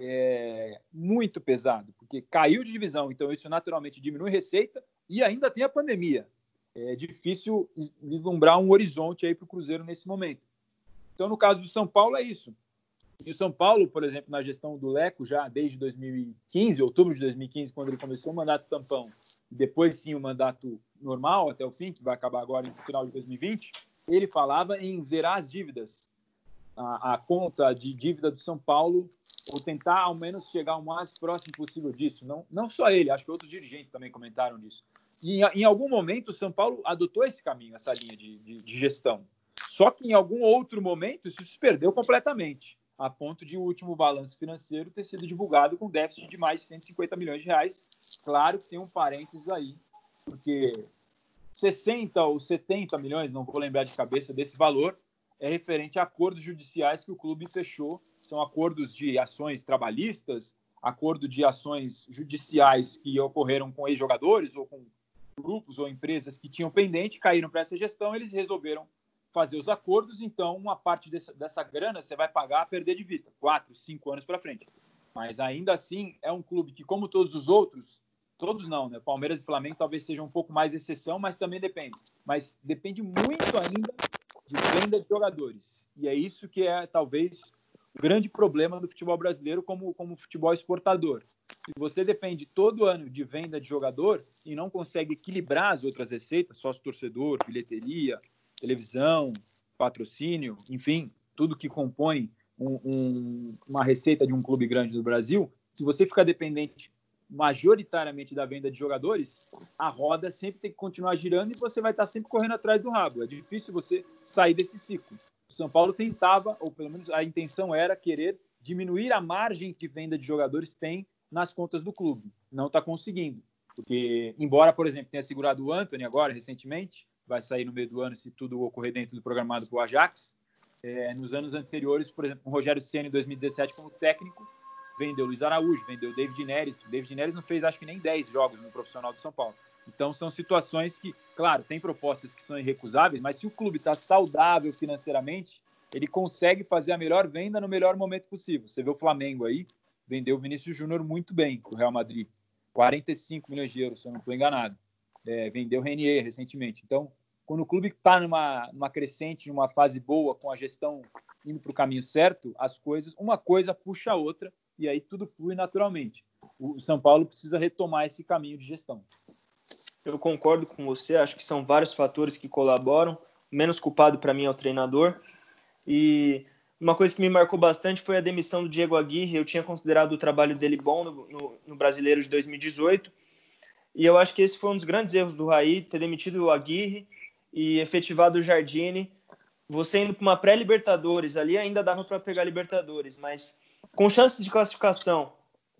é, muito pesado, porque caiu de divisão, então isso naturalmente diminui receita e ainda tem a pandemia. É difícil vislumbrar um horizonte aí para o Cruzeiro nesse momento. Então, no caso do São Paulo, é isso. E o São Paulo, por exemplo, na gestão do Leco, já desde dois mil e quinze, outubro de dois mil e quinze, quando ele começou o mandato tampão, e depois sim o mandato normal até o fim, que vai acabar agora no final de dois mil e vinte, ele falava em zerar as dívidas, a, a conta de dívida do São Paulo, ou tentar ao menos chegar o mais próximo possível disso. Não, não só ele, acho que outros dirigentes também comentaram disso. E em, em algum momento o São Paulo adotou esse caminho, essa linha de, de, de gestão. Só que em algum outro momento isso se perdeu completamente, a ponto de o último balanço financeiro ter sido divulgado com déficit de mais de cento e cinquenta milhões de reais. Claro que tem um parênteses aí, porque sessenta ou setenta milhões, não vou lembrar de cabeça desse valor, é referente a acordos judiciais que o clube fechou. São acordos de ações trabalhistas, acordo de ações judiciais que ocorreram com ex-jogadores ou com grupos ou empresas que tinham pendente, caíram para essa gestão, eles resolveram fazer os acordos, então uma parte dessa, dessa grana você vai pagar a perder de vista, quatro, cinco anos para frente. Mas ainda assim é um clube que, como todos os outros, todos não, né? Palmeiras e Flamengo talvez sejam um pouco mais exceção, mas também depende. Mas depende muito ainda de venda de jogadores. E é isso que é talvez o grande problema do futebol brasileiro como, como futebol exportador. Se você depende todo ano de venda de jogador e não consegue equilibrar as outras receitas, sócio-torcedor, bilheteria, televisão, patrocínio, enfim, tudo que compõe um, um, uma receita de um clube grande do Brasil, se você ficar dependente majoritariamente da venda de jogadores, a roda sempre tem que continuar girando e você vai estar sempre correndo atrás do rabo. É difícil você sair desse ciclo. O São Paulo tentava, ou pelo menos a intenção era querer diminuir a margem que venda de jogadores tem nas contas do clube. Não está conseguindo. Porque, embora, por exemplo, tenha segurado o Antony agora, recentemente, vai sair no meio do ano se tudo ocorrer dentro do programado para o Ajax. É, nos anos anteriores, por exemplo, o Rogério Ceni em dois mil e dezessete como técnico, vendeu Luiz Araújo, vendeu David Neres. O David Neres não fez, acho que nem dez jogos no profissional do São Paulo. Então, são situações que, claro, tem propostas que são irrecusáveis, mas se o clube está saudável financeiramente, ele consegue fazer a melhor venda no melhor momento possível. Você vê o Flamengo aí, vendeu o Vinícius Júnior muito bem para o Real Madrid. quarenta e cinco milhões de euros, se eu não estou enganado. É, vendeu o Renier recentemente. Então, quando o clube está numa, numa crescente, numa fase boa, com a gestão indo para o caminho certo, as coisas, uma coisa puxa a outra e aí tudo flui naturalmente. O São Paulo precisa retomar esse caminho de gestão. Eu concordo com você, acho que são vários fatores que colaboram. O menos culpado para mim é o treinador. E uma coisa que me marcou bastante foi a demissão do Diego Aguirre. Eu tinha considerado o trabalho dele bom no, no, no Brasileiro de dois mil e dezoito. E eu acho que esse foi um dos grandes erros do Raí, ter demitido o Aguirre e efetivado o Jardine. Você indo para uma pré-Libertadores, ali ainda dava para pegar Libertadores, mas com chances de classificação,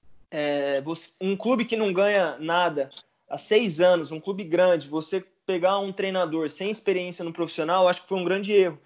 é, você, um clube que não ganha nada há seis anos, um clube grande, você pegar um treinador sem experiência no profissional, acho que foi um grande erro.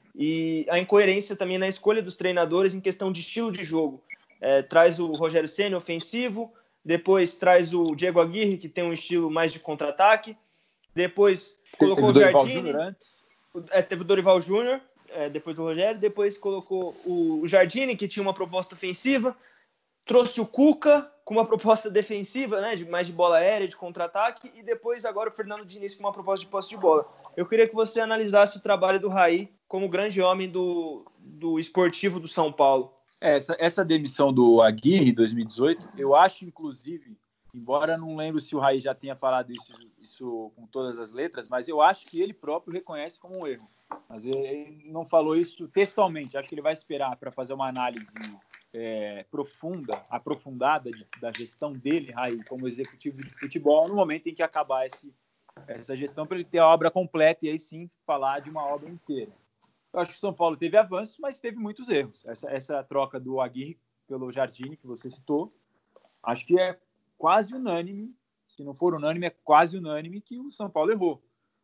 E a incoerência também na escolha dos treinadores em questão de estilo de jogo. É, traz o Rogério Ceni ofensivo, depois traz o Diego Aguirre, que tem um estilo mais de contra-ataque, depois colocou o Jardine, é, teve o Dorival Júnior, é, depois do Rogério, depois colocou o Jardine, que tinha uma proposta ofensiva, trouxe o Cuca com uma proposta defensiva, né, de, mais de bola aérea, de contra-ataque, e depois agora o Fernando Diniz com uma proposta de posse de bola. Eu queria que você analisasse o trabalho do Raí como grande homem do, do esportivo do São Paulo. Essa, essa demissão do Aguirre em dois mil e dezoito, eu acho, inclusive, embora não lembro se o Raí já tenha falado isso, isso com todas as letras, mas eu acho que ele próprio reconhece como um erro. Mas ele não falou isso textualmente. Acho que ele vai esperar para fazer uma análise é, profunda, aprofundada de, da gestão dele, Raí, como executivo de futebol, no momento em que acabar esse, essa gestão, para ele ter a obra completa e aí sim falar de uma obra inteira. Eu acho que o São Paulo teve avanços, mas teve muitos erros. Essa, essa troca do Aguirre pelo Jardine, que você citou, acho que é quase unânime, se não for unânime, é quase unânime que o São Paulo errou.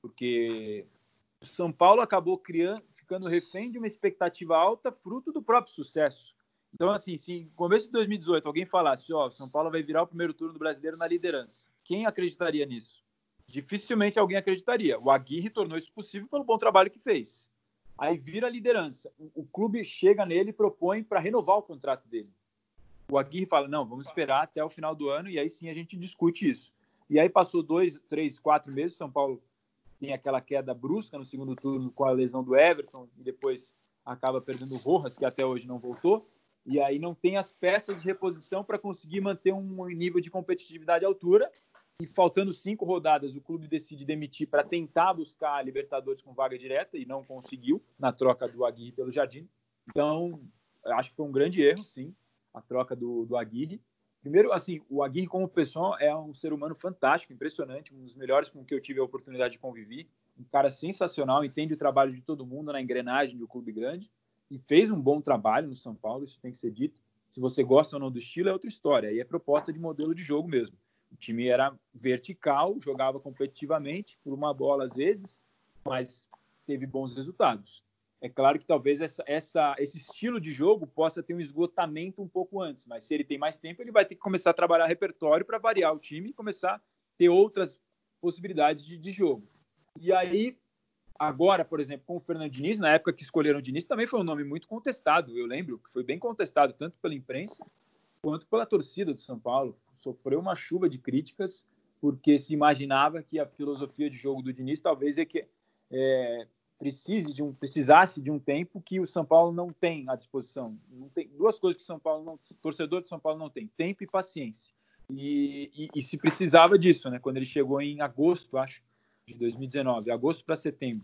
Porque o São Paulo acabou criando, ficando refém de uma expectativa alta, fruto do próprio sucesso. Então, assim, se no começo de dois mil e dezoito alguém falasse, ó, oh, São Paulo vai virar o primeiro turno do Brasileiro na liderança, quem acreditaria nisso? Dificilmente alguém acreditaria. O Aguirre tornou isso possível pelo bom trabalho que fez. Aí vira a liderança. O, o clube chega nele e propõe para renovar o contrato dele. O Aguirre fala, não, vamos esperar até o final do ano e aí sim a gente discute isso. E aí passou dois, três, quatro meses, São Paulo tem aquela queda brusca no segundo turno com a lesão do Everton e depois acaba perdendo o Rojas, que até hoje não voltou. E aí não tem as peças de reposição para conseguir manter um nível de competitividade à altura. E faltando cinco rodadas, o clube decide demitir para tentar buscar a Libertadores com vaga direta e não conseguiu na troca do Aguirre pelo Jardim. Então, acho que foi um grande erro, sim, a troca do, do Aguirre. Primeiro, assim, o Aguirre como pessoa é um ser humano fantástico, impressionante, um dos melhores com que eu tive a oportunidade de conviver. Um cara sensacional, entende o trabalho de todo mundo na engrenagem do clube grande e fez um bom trabalho no São Paulo, isso tem que ser dito. Se você gosta ou não do estilo, é outra história. Aí é proposta de modelo de jogo mesmo. O time era vertical, jogava competitivamente, por uma bola às vezes, mas teve bons resultados. É claro que talvez essa, essa, esse estilo de jogo possa ter um esgotamento um pouco antes, mas se ele tem mais tempo, ele vai ter que começar a trabalhar repertório para variar o time e começar a ter outras possibilidades de, de jogo. E aí, agora, por exemplo, com o Fernando Diniz, na época que escolheram o Diniz, também foi um nome muito contestado, eu lembro, que foi bem contestado tanto pela imprensa quanto pela torcida do São Paulo. Sofreu uma chuva de críticas porque se imaginava que a filosofia de jogo do Diniz talvez é que é, precise de um, precisasse de um tempo que o São Paulo não tem à disposição. Não tem, duas coisas que o São Paulo não, o torcedor do São Paulo não tem, tempo e paciência. E, e, e se precisava disso, né? Quando ele chegou em agosto, acho, de dois mil e dezenove, agosto para setembro.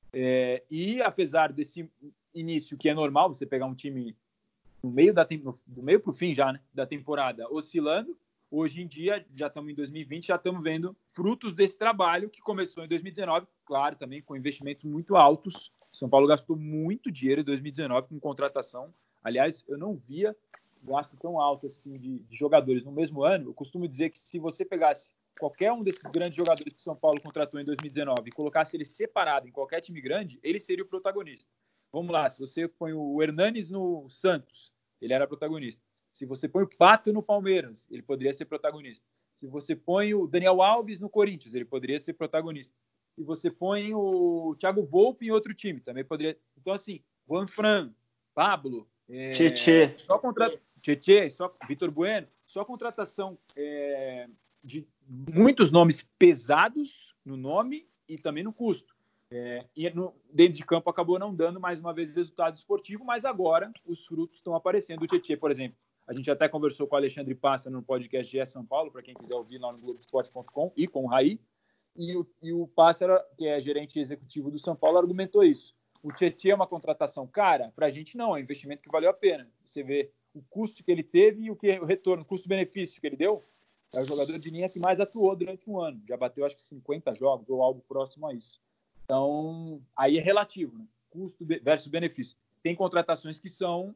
É, e apesar desse início que é normal, você pegar um time no meio da no, do meio para o fim já, né, da temporada, oscilando, hoje em dia, já estamos em dois mil e vinte, já estamos vendo frutos desse trabalho que começou em dois mil e dezenove, claro, também com investimentos muito altos. São Paulo gastou muito dinheiro em dois mil e dezenove com contratação. Aliás, eu não via gasto tão alto assim de, de jogadores no mesmo ano. Eu costumo dizer que se você pegasse qualquer um desses grandes jogadores que o São Paulo contratou em dois mil e dezenove e colocasse ele separado em qualquer time grande, ele seria o protagonista. Vamos lá, se você põe o Hernanes no Santos, ele era protagonista. Se você põe o Pato no Palmeiras, ele poderia ser protagonista. Se você põe o Daniel Alves no Corinthians, ele poderia ser protagonista. Se você põe o Thiago Volpe em outro time, também poderia. Então, assim, Juan Fran, Pablo, é... Tietê, só contra... Tietê, só Vitor Bueno, só contratação é... de muitos nomes pesados no nome e também no custo. É, e no, dentro de campo acabou não dando mais uma vez resultado esportivo, mas agora os frutos estão aparecendo. O Tietê, por exemplo, a gente até conversou com o Alexandre Passa no podcast G E São Paulo, para quem quiser ouvir lá no Globoesporte ponto com e com o Raí, e o, e o Pássaro, que é gerente executivo do São Paulo, argumentou isso. O Tietê é uma contratação cara? Para a gente não, é um investimento que valeu a pena. Você vê o custo que ele teve e o, que, o retorno, o custo-benefício que ele deu, é o jogador de linha que mais atuou durante um ano. Já bateu acho que cinquenta jogos ou algo próximo a isso. Então, aí é relativo, né? Custo versus benefício. Tem contratações que são,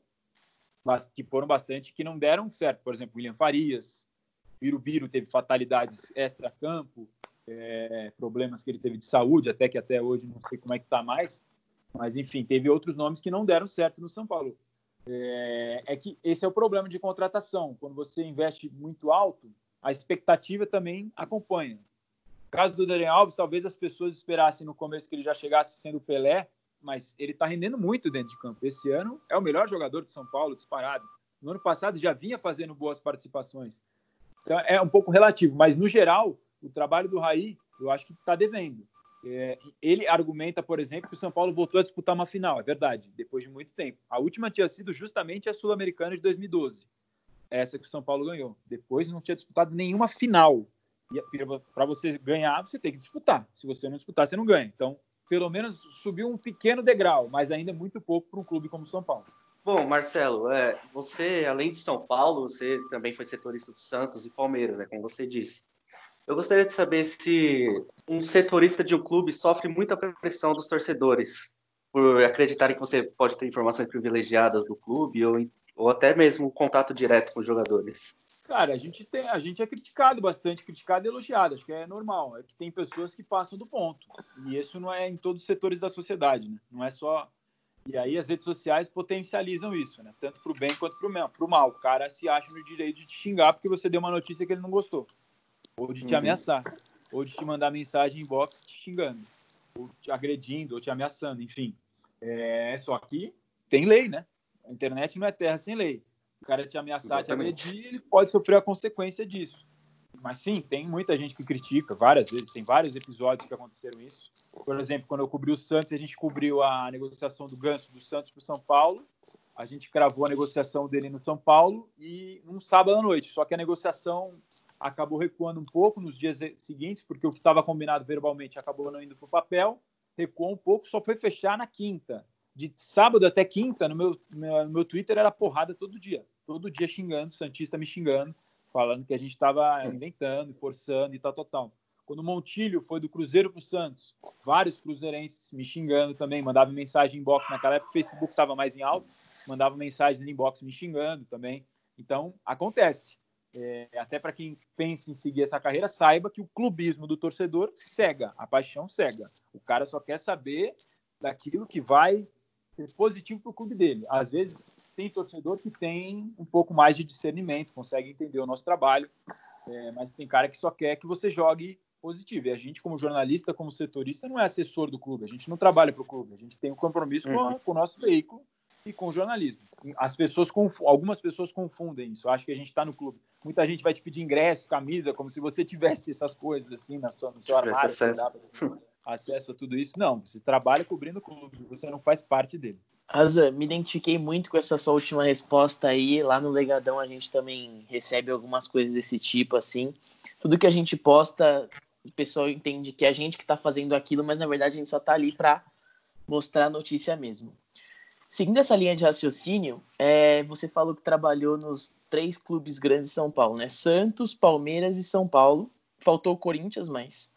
que foram bastante, que não deram certo. Por exemplo, William Farias, Birubiru teve fatalidades extra-campo, é, problemas que ele teve de saúde, até que até hoje não sei como é que está mais. Mas, enfim, teve outros nomes que não deram certo no São Paulo. É, é que esse é o problema de contratação. Quando você investe muito alto, a expectativa também acompanha. No caso do Daniel Alves, talvez as pessoas esperassem no começo que ele já chegasse sendo o Pelé, mas ele está rendendo muito dentro de campo. Esse ano é o melhor jogador de São Paulo, disparado. No ano passado já vinha fazendo boas participações. Então é um pouco relativo, mas no geral, o trabalho do Raí, eu acho que está devendo. É, ele argumenta, por exemplo, que o São Paulo voltou a disputar uma final. É verdade, depois de muito tempo. A última tinha sido justamente a Sul-Americana de dois mil e doze. Essa que o São Paulo ganhou. Depois não tinha disputado nenhuma final. E para você ganhar, você tem que disputar. Se você não disputar, você não ganha. Então, pelo menos subiu um pequeno degrau, mas ainda é muito pouco para um clube como o São Paulo. Bom, Marcelo, é, você, além de São Paulo, você também foi setorista do Santos e Palmeiras, né, como você disse. Eu gostaria de saber se um setorista de um clube sofre muita pressão dos torcedores por acreditarem que você pode ter informações privilegiadas do clube ou, ou até mesmo contato direto com os jogadores. Cara, a gente, tem, a gente é criticado bastante, criticado e elogiado, acho que é normal. É que tem pessoas que passam do ponto. E isso não é em todos os setores da sociedade, né? Não é só... E aí as redes sociais potencializam isso, né? Tanto para o bem quanto para o mal. O cara se acha no direito de te xingar porque você deu uma notícia que ele não gostou. Ou de te uhum. ameaçar. Ou de te mandar mensagem em inbox te xingando. Ou te agredindo, ou te ameaçando, enfim. É, só que tem lei, né? A internet não é terra sem lei. O cara te ameaçar, Exatamente. te agredir, ele pode sofrer a consequência disso. Mas sim, tem muita gente que critica, várias vezes, tem vários episódios que aconteceram isso. Por exemplo, quando eu cobri o Santos, a gente cobriu a negociação do Ganso do Santos para o São Paulo, a gente cravou a negociação dele no São Paulo e num sábado à noite, só que a negociação acabou recuando um pouco nos dias seguintes, porque o que estava combinado verbalmente acabou não indo para o papel, recuou um pouco, só foi fechar na quinta. De sábado até quinta, no meu, no meu Twitter era porrada todo dia. Todo dia xingando, Santista me xingando, falando que a gente estava inventando, forçando e tal, tal, tal. Quando o Montilho foi do Cruzeiro para o Santos, vários cruzeirenses me xingando também, mandavam mensagem em inbox. Naquela época o Facebook estava mais em alta, mandavam mensagem no inbox me xingando também. Então, acontece. É, até para quem pensa em seguir essa carreira, saiba que o clubismo do torcedor cega, a paixão cega. O cara só quer saber daquilo que vai ser positivo para o clube dele. Às vezes tem torcedor que tem um pouco mais de discernimento, consegue entender o nosso trabalho, é, mas tem cara que só quer que você jogue positivo. E a gente, como jornalista, como setorista, não é assessor do clube, a gente não trabalha para o clube, a gente tem um compromisso uhum. com, a, com o nosso veículo e com o jornalismo. As pessoas, algumas pessoas confundem isso, acham que a gente está no clube. Muita gente vai te pedir ingresso, camisa, como se você tivesse essas coisas assim na sua, no seu armário, acesso. acesso a tudo isso. Não, você trabalha cobrindo o clube, você não faz parte dele. Asa, me identifiquei muito com essa sua última resposta aí. Lá no Legadão a gente também recebe algumas coisas desse tipo, assim. Tudo que a gente posta, o pessoal entende que é a gente que está fazendo aquilo, mas na verdade a gente só está ali para mostrar a notícia mesmo. Seguindo essa linha de raciocínio, é, você falou que trabalhou nos três clubes grandes de São Paulo, né? Santos, Palmeiras e São Paulo. Faltou o Corinthians, mas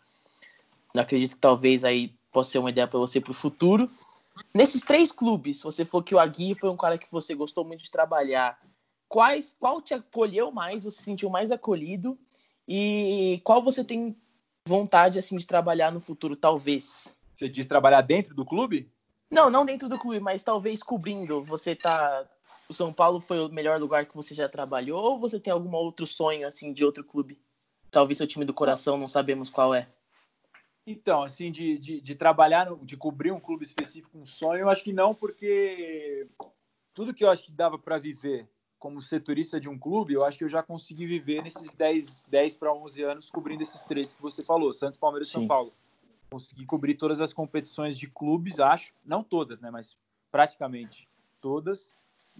não acredito que talvez aí possa ser uma ideia para você para o futuro. Nesses três clubes, se você for que o Agui foi um cara que você gostou muito de trabalhar, quais, qual te acolheu mais, você se sentiu mais acolhido e qual você tem vontade assim de trabalhar no futuro, talvez? Você diz trabalhar dentro do clube? Não, não dentro do clube, mas talvez cobrindo. Você tá... O São Paulo foi o melhor lugar que você já trabalhou ou você tem algum outro sonho assim de outro clube? Talvez seu time do coração, não sabemos qual é. Então, assim, de, de, de trabalhar, no, de cobrir um clube específico, um sonho, eu acho que não, porque tudo que eu acho que dava para viver como setorista de um clube, eu acho que eu já consegui viver nesses dez para onze anos cobrindo esses três que você falou, Santos, Palmeiras e São Paulo. Consegui cobrir todas as competições de clubes, acho, não todas, né, mas praticamente todas.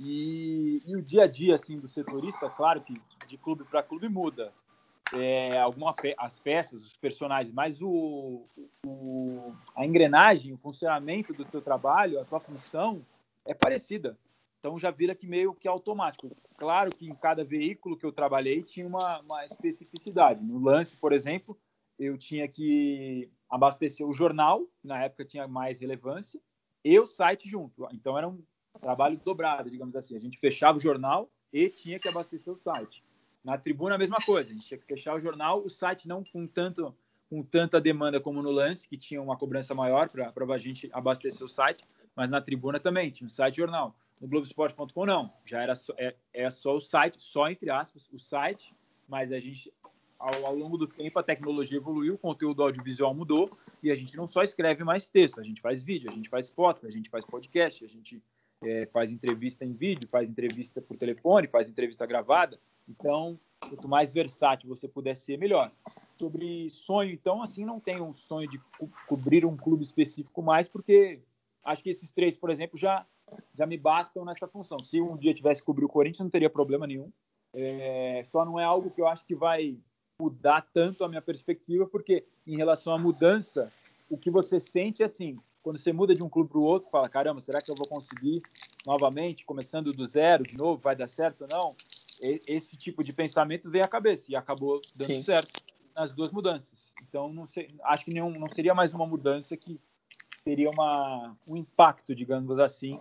E, e o dia a dia, assim, do setorista, claro que de clube para clube muda. É, alguma pe- as peças, os personagens, mas o, o, a engrenagem, o funcionamento do teu trabalho, a tua função é parecida. Então já vira que meio que automático. Claro que em cada veículo que eu trabalhei tinha uma, uma especificidade. No Lance, por exemplo, eu tinha que abastecer o jornal, na época tinha mais relevância, e o site junto. Então era um trabalho dobrado, digamos assim. A gente fechava o jornal e tinha que abastecer o site. Na Tribuna, a mesma coisa. A gente tinha que fechar o jornal, o site não com, tanto, com tanta demanda como no Lance, que tinha uma cobrança maior para a gente abastecer o site, mas na Tribuna também, tinha o site e jornal. No Globoesporte ponto com não, já era só, é, é só o site, só entre aspas, o site, mas a gente, ao, ao longo do tempo, a tecnologia evoluiu, o conteúdo audiovisual mudou, e a gente não só escreve mais texto, a gente faz vídeo, a gente faz foto, a gente faz podcast, a gente é, faz entrevista em vídeo, faz entrevista por telefone, faz entrevista gravada. Então, quanto mais versátil você puder ser, melhor. Sobre sonho, então, assim, não tenho um sonho de co- cobrir um clube específico mais, porque acho que esses três, por exemplo, já, já me bastam nessa função. Se um dia tivesse que cobrir o Corinthians, não teria problema nenhum. É, só não é algo que eu acho que vai mudar tanto a minha perspectiva, porque em relação à mudança o que você sente é assim, quando você muda de um clube para o outro, fala, caramba, será que eu vou conseguir novamente, começando do zero, de novo, vai dar certo ou não? Esse tipo de pensamento veio à cabeça e acabou dando Sim. certo nas duas mudanças. Então, não sei, acho que nenhum, não seria mais uma mudança que teria uma, um impacto, digamos assim,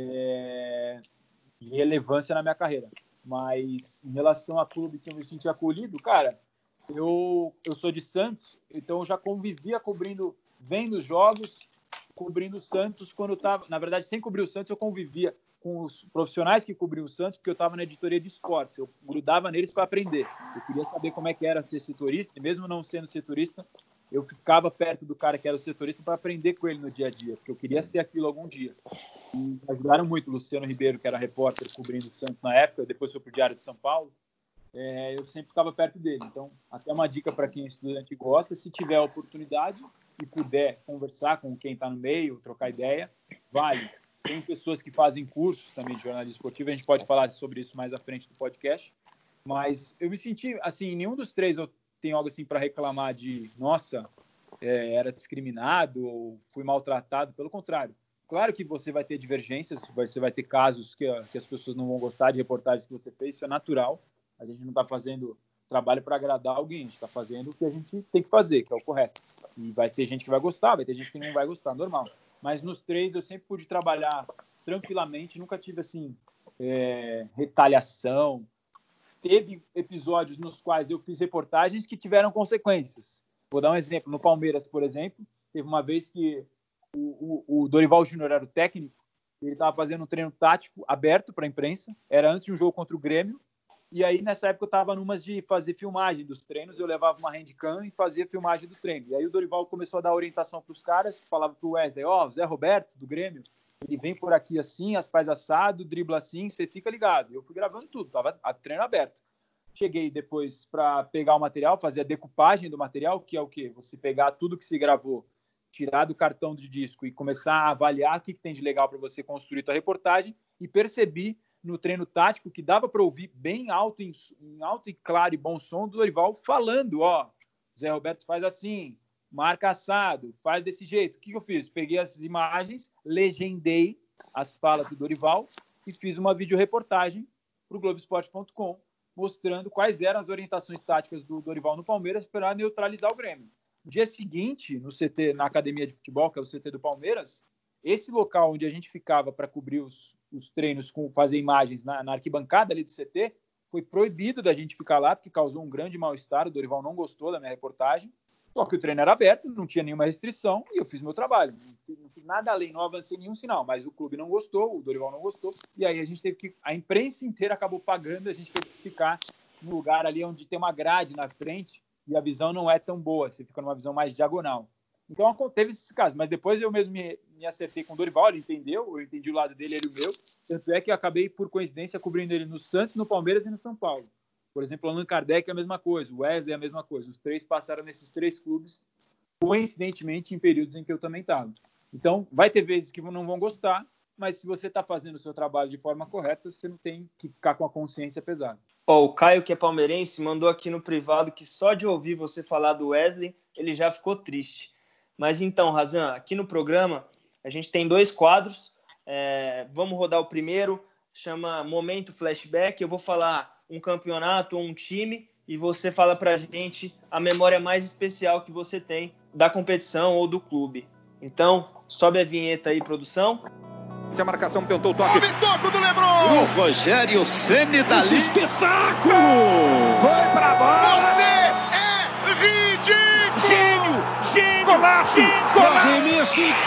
é, de relevância na minha carreira. Mas, em relação a clube que eu me senti acolhido, cara, eu, eu sou de Santos, então eu já convivia cobrindo, vendo jogos, cobrindo o Santos quando eu estava... Na verdade, sem cobrir o Santos, eu convivia com os profissionais que cobriam o Santos, porque eu estava na editoria de esportes. Eu grudava neles para aprender. Eu queria saber como é que era ser setorista, e mesmo não sendo setorista, eu ficava perto do cara que era o setorista para aprender com ele no dia a dia, porque eu queria ser aquilo algum dia. E me ajudaram muito. O Luciano Ribeiro, que era repórter cobrindo o Santos na época, depois foi para o Diário de São Paulo, é, eu sempre ficava perto dele. Então, até uma dica para quem é estudante e gosta, se tiver a oportunidade e puder conversar com quem está no meio, trocar ideia, vale. Tem pessoas que fazem cursos também de jornalismo esportivo, a gente pode falar sobre isso mais à frente do podcast, mas eu me senti, assim, em nenhum dos três eu tenho algo assim para reclamar de, nossa, é, era discriminado ou fui maltratado, pelo contrário. Claro que você vai ter divergências, você vai ter casos que, que as pessoas não vão gostar de reportagens que você fez, isso é natural, a gente não está fazendo trabalho para agradar alguém, a gente está fazendo o que a gente tem que fazer, que é o correto. E vai ter gente que vai gostar, vai ter gente que não vai gostar, normal. Mas nos três eu sempre pude trabalhar tranquilamente, nunca tive, assim, é, retaliação. Teve episódios nos quais eu fiz reportagens que tiveram consequências. Vou dar um exemplo. No Palmeiras, por exemplo, teve uma vez que o, o, o Dorival Júnior era o técnico, ele estava fazendo um treino tático aberto para a imprensa, era antes de um jogo contra o Grêmio, e aí nessa época eu estava numas de fazer filmagem dos treinos, eu levava uma handcam e fazia filmagem do treino. E aí o Dorival começou a dar orientação para os caras, falava para o Wesley, ó, oh, o Zé Roberto, do Grêmio, ele vem por aqui assim, as pés assado, dribla assim, você fica ligado. Eu fui gravando tudo, tava a treino aberto. Cheguei depois para pegar o material, fazer a decupagem do material, que é o quê? Você pegar tudo que se gravou, tirar do cartão de disco e começar a avaliar o que tem de legal para você construir sua reportagem, e percebi no treino tático que dava para ouvir bem alto, em, em alto e claro e bom som do Dorival falando, ó, Zé Roberto faz assim, marca assado, faz desse jeito. O que eu fiz? Peguei as imagens, legendei as falas do Dorival e fiz uma videoreportagem para o Globoesporte ponto com, mostrando quais eram as orientações táticas do Dorival no Palmeiras para neutralizar o Grêmio. No dia seguinte, no C T, na academia de futebol, que é o C T do Palmeiras, esse local onde a gente ficava para cobrir os, os treinos, com fazer imagens na, na arquibancada ali do C T, foi proibido da gente ficar lá, porque causou um grande mal-estar. O Dorival não gostou da minha reportagem. Só que o treino era aberto, não tinha nenhuma restrição, e eu fiz meu trabalho. Não fiz, não fiz nada além, não avancei nenhum sinal, mas o clube não gostou, o Dorival não gostou, e aí a gente teve que... A imprensa inteira acabou pagando, a gente teve que ficar num lugar ali onde tem uma grade na frente, e a visão não é tão boa, você fica numa visão mais diagonal. Então, teve esses casos, mas depois eu mesmo me, me acertei com o Dorival, ele entendeu, eu entendi o lado dele, ele o meu, tanto é que eu acabei, por coincidência, cobrindo ele no Santos, no Palmeiras e no São Paulo. Por exemplo, o Allan Kardec é a mesma coisa, o Wesley é a mesma coisa, os três passaram nesses três clubes, coincidentemente, em períodos em que eu também estava. Então, vai ter vezes que não vão gostar, mas se você está fazendo o seu trabalho de forma correta, você não tem que ficar com a consciência pesada. Ó, o Caio, que é palmeirense, mandou aqui no privado que só de ouvir você falar do Wesley, ele já ficou triste. Mas então, Razan, aqui no programa a gente tem dois quadros. É, vamos rodar o primeiro, chama Momento Flashback. Eu vou falar um campeonato ou um time e você fala pra gente a memória mais especial que você tem da competição ou do clube. Então, sobe a vinheta aí, produção. A marcação tentou o toque. O toque do Lebron! O Rogério Ceni dali. Esse espetáculo! Foi pra bola! Você é ridículo! Gênio! Gênio! Golaço! Arremesso e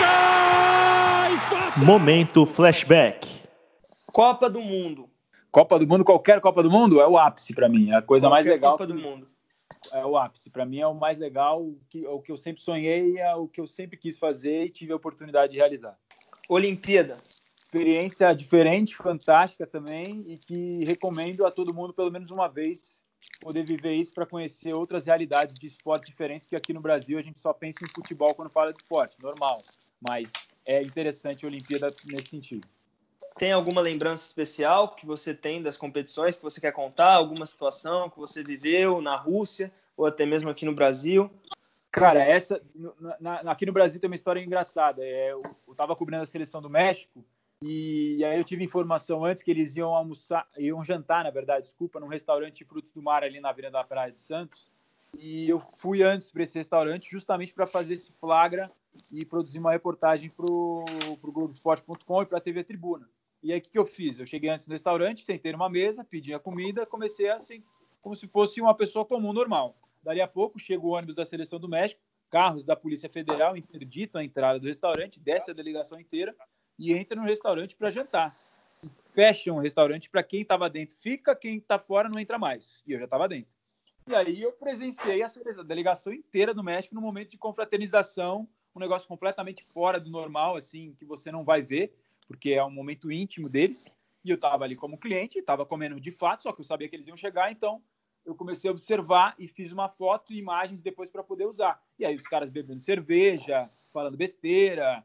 cai! Momento Flashback. Copa do Mundo. Copa do Mundo, qualquer Copa do Mundo, é o ápice para mim. É a coisa qualquer mais legal. Copa do Mundo. É o ápice. Para mim é o mais legal, o que, o que eu sempre sonhei, é o que eu sempre quis fazer e tive a oportunidade de realizar. Olimpíada. Experiência diferente, fantástica também, e que recomendo a todo mundo pelo menos uma vez poder viver isso para conhecer outras realidades de esportes diferentes, porque aqui no Brasil a gente só pensa em futebol quando fala de esporte, normal, mas é interessante a Olimpíada nesse sentido. Tem alguma lembrança especial que você tem das competições que você quer contar? Alguma situação que você viveu na Rússia ou até mesmo aqui no Brasil? Cara, essa na, na, aqui no Brasil tem uma história engraçada. É, eu, eu tava cobrindo a seleção do México e, e aí eu tive informação antes que eles iam almoçar, iam jantar, na verdade, desculpa, num restaurante de frutos do mar ali na Avenida da Praia de Santos. E eu fui antes para esse restaurante justamente para fazer esse flagra e produzir uma reportagem para o Globoesporte ponto com e para a T V Tribuna. E aí o que, que eu fiz? Eu cheguei antes no restaurante, sentei numa mesa, pedi a comida, comecei assim, como se fosse uma pessoa comum, normal. Dali a pouco chega o ônibus da Seleção do México, carros da Polícia Federal interditam a entrada do restaurante, desce a delegação inteira e entra no restaurante para jantar. Fecham o restaurante para quem estava dentro fica, quem está fora não entra mais. E eu já estava dentro. E aí eu presenciei a delegação inteira do México no momento de confraternização, um negócio completamente fora do normal, assim, que você não vai ver, porque é um momento íntimo deles. E eu estava ali como cliente, estava comendo de fato, só que eu sabia que eles iam chegar, então eu comecei a observar e fiz uma foto e imagens depois para poder usar. E aí os caras bebendo cerveja, falando besteira,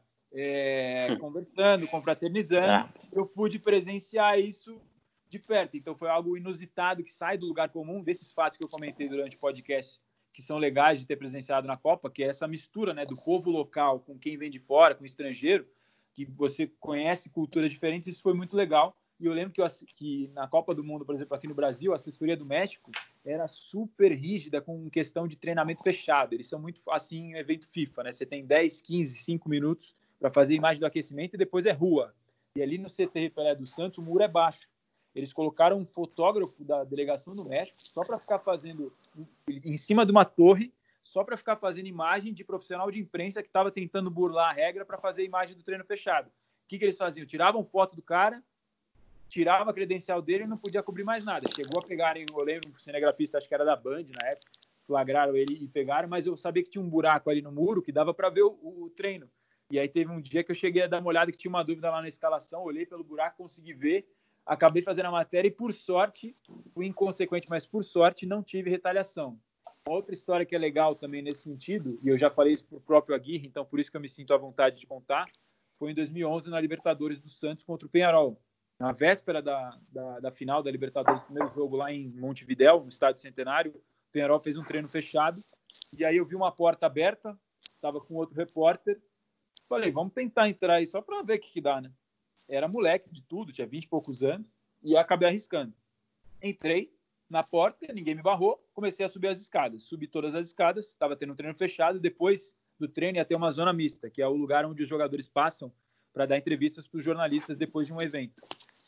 é, conversando, confraternizando. Ah. Eu pude presenciar isso de perto. Então foi algo inusitado que sai do lugar comum, desses fatos que eu comentei durante o podcast, que são legais de ter presenciado na Copa, que é essa mistura, né, do povo local com quem vem de fora, com o estrangeiro, que você conhece culturas diferentes. Isso foi muito legal. E eu lembro que, eu, que na Copa do Mundo, por exemplo, aqui no Brasil, a assessoria do México era super rígida com questão de treinamento fechado. Eles são muito assim, em evento FIFA, né? Você tem dez, quinze, cinco minutos para fazer a imagem do aquecimento e depois é rua. E ali no C T Pelé dos Santos, o muro é baixo. Eles colocaram um fotógrafo da delegação do México só para ficar fazendo, em cima de uma torre, só para ficar fazendo imagem de profissional de imprensa que estava tentando burlar a regra para fazer a imagem do treino fechado. O que, que eles faziam? Tiravam foto do cara, tirava a credencial dele e não podia cobrir mais nada. Chegou a pegarem, eu lembro, um cinegrafista, acho que era da Band na época, flagraram ele e pegaram, mas eu sabia que tinha um buraco ali no muro que dava para ver o, o treino. E aí teve um dia que eu cheguei a dar uma olhada, que tinha uma dúvida lá na escalação, olhei pelo buraco, consegui ver, acabei fazendo a matéria e, por sorte, fui inconsequente, mas por sorte não tive retaliação. Outra história que é legal também nesse sentido, e eu já falei isso pro próprio Aguirre, então por isso que eu me sinto à vontade de contar, foi em dois mil e onze na Libertadores do Santos contra o Peñarol. Na véspera da, da, da final da Libertadores, primeiro jogo lá em Montevidéu, no Estádio Centenário, o Peñarol fez um treino fechado, e aí eu vi uma porta aberta, estava com outro repórter, falei, vamos tentar entrar aí só para ver o que, que dá, né? Era moleque de tudo, tinha vinte e poucos anos, e acabei arriscando. Entrei na porta, ninguém me barrou, comecei a subir as escadas. Subi todas as escadas, estava tendo um treino fechado, depois do treino ia ter uma zona mista, que é o lugar onde os jogadores passam para dar entrevistas para os jornalistas depois de um evento.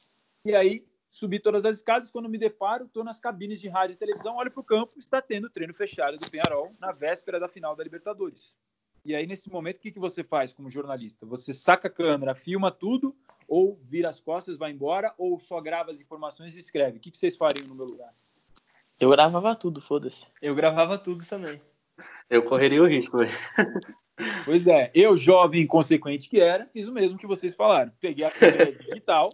E aí, subi todas as escadas, quando me deparo, estou nas cabines de rádio e televisão, olho para o campo, está tendo treino fechado do Peñarol na véspera da final da Libertadores. E aí, nesse momento, o que, que você faz como jornalista? Você saca a câmera, filma tudo, ou vira as costas, vai embora, ou só grava as informações e escreve? O que, que vocês fariam no meu lugar? Eu gravava tudo, foda-se. Eu gravava tudo também. Eu correria o risco, velho. Pois é, eu, jovem inconsequente que era, fiz o mesmo que vocês falaram. Peguei a câmera digital,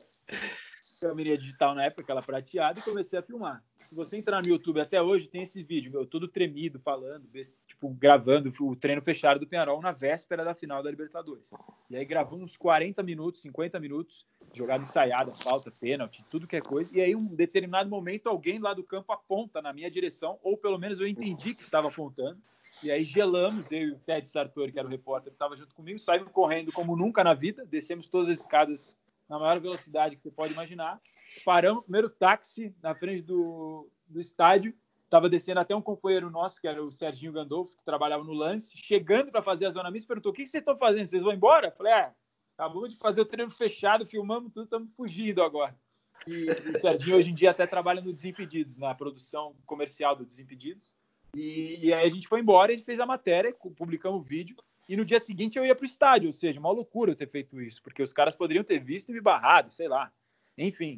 câmera digital na época, aquela prateada, e comecei a filmar. Se você entrar no YouTube até hoje, tem esse vídeo, meu, todo tremido, falando, tipo, gravando o treino fechado do Peñarol na véspera da final da Libertadores. E aí gravou uns quarenta minutos, cinquenta minutos, jogada ensaiada, falta, pênalti, tudo que é coisa. E aí, em um determinado momento, alguém lá do campo aponta na minha direção, ou pelo menos eu entendi que estava apontando. E aí gelamos, eu e o Ted Sartori, que era o repórter, que estava junto comigo, saímos correndo como nunca na vida, descemos todas as escadas na maior velocidade que você pode imaginar, paramos, primeiro táxi na frente do, do estádio, estava descendo até um companheiro nosso, que era o Serginho Gandolfo, que trabalhava no lance, chegando para fazer a zona mista, perguntou, o que vocês estão fazendo? Vocês vão embora? Eu falei, ah, acabamos de fazer o treino fechado, filmamos tudo, estamos fugindo agora. E o Serginho hoje em dia até trabalha no Desimpedidos, na produção comercial do Desimpedidos. E, e aí a gente foi embora, a gente fez a matéria, publicamos o vídeo, e no dia seguinte eu ia para o estádio, ou seja, uma loucura eu ter feito isso, porque os caras poderiam ter visto e me barrado, sei lá. Enfim,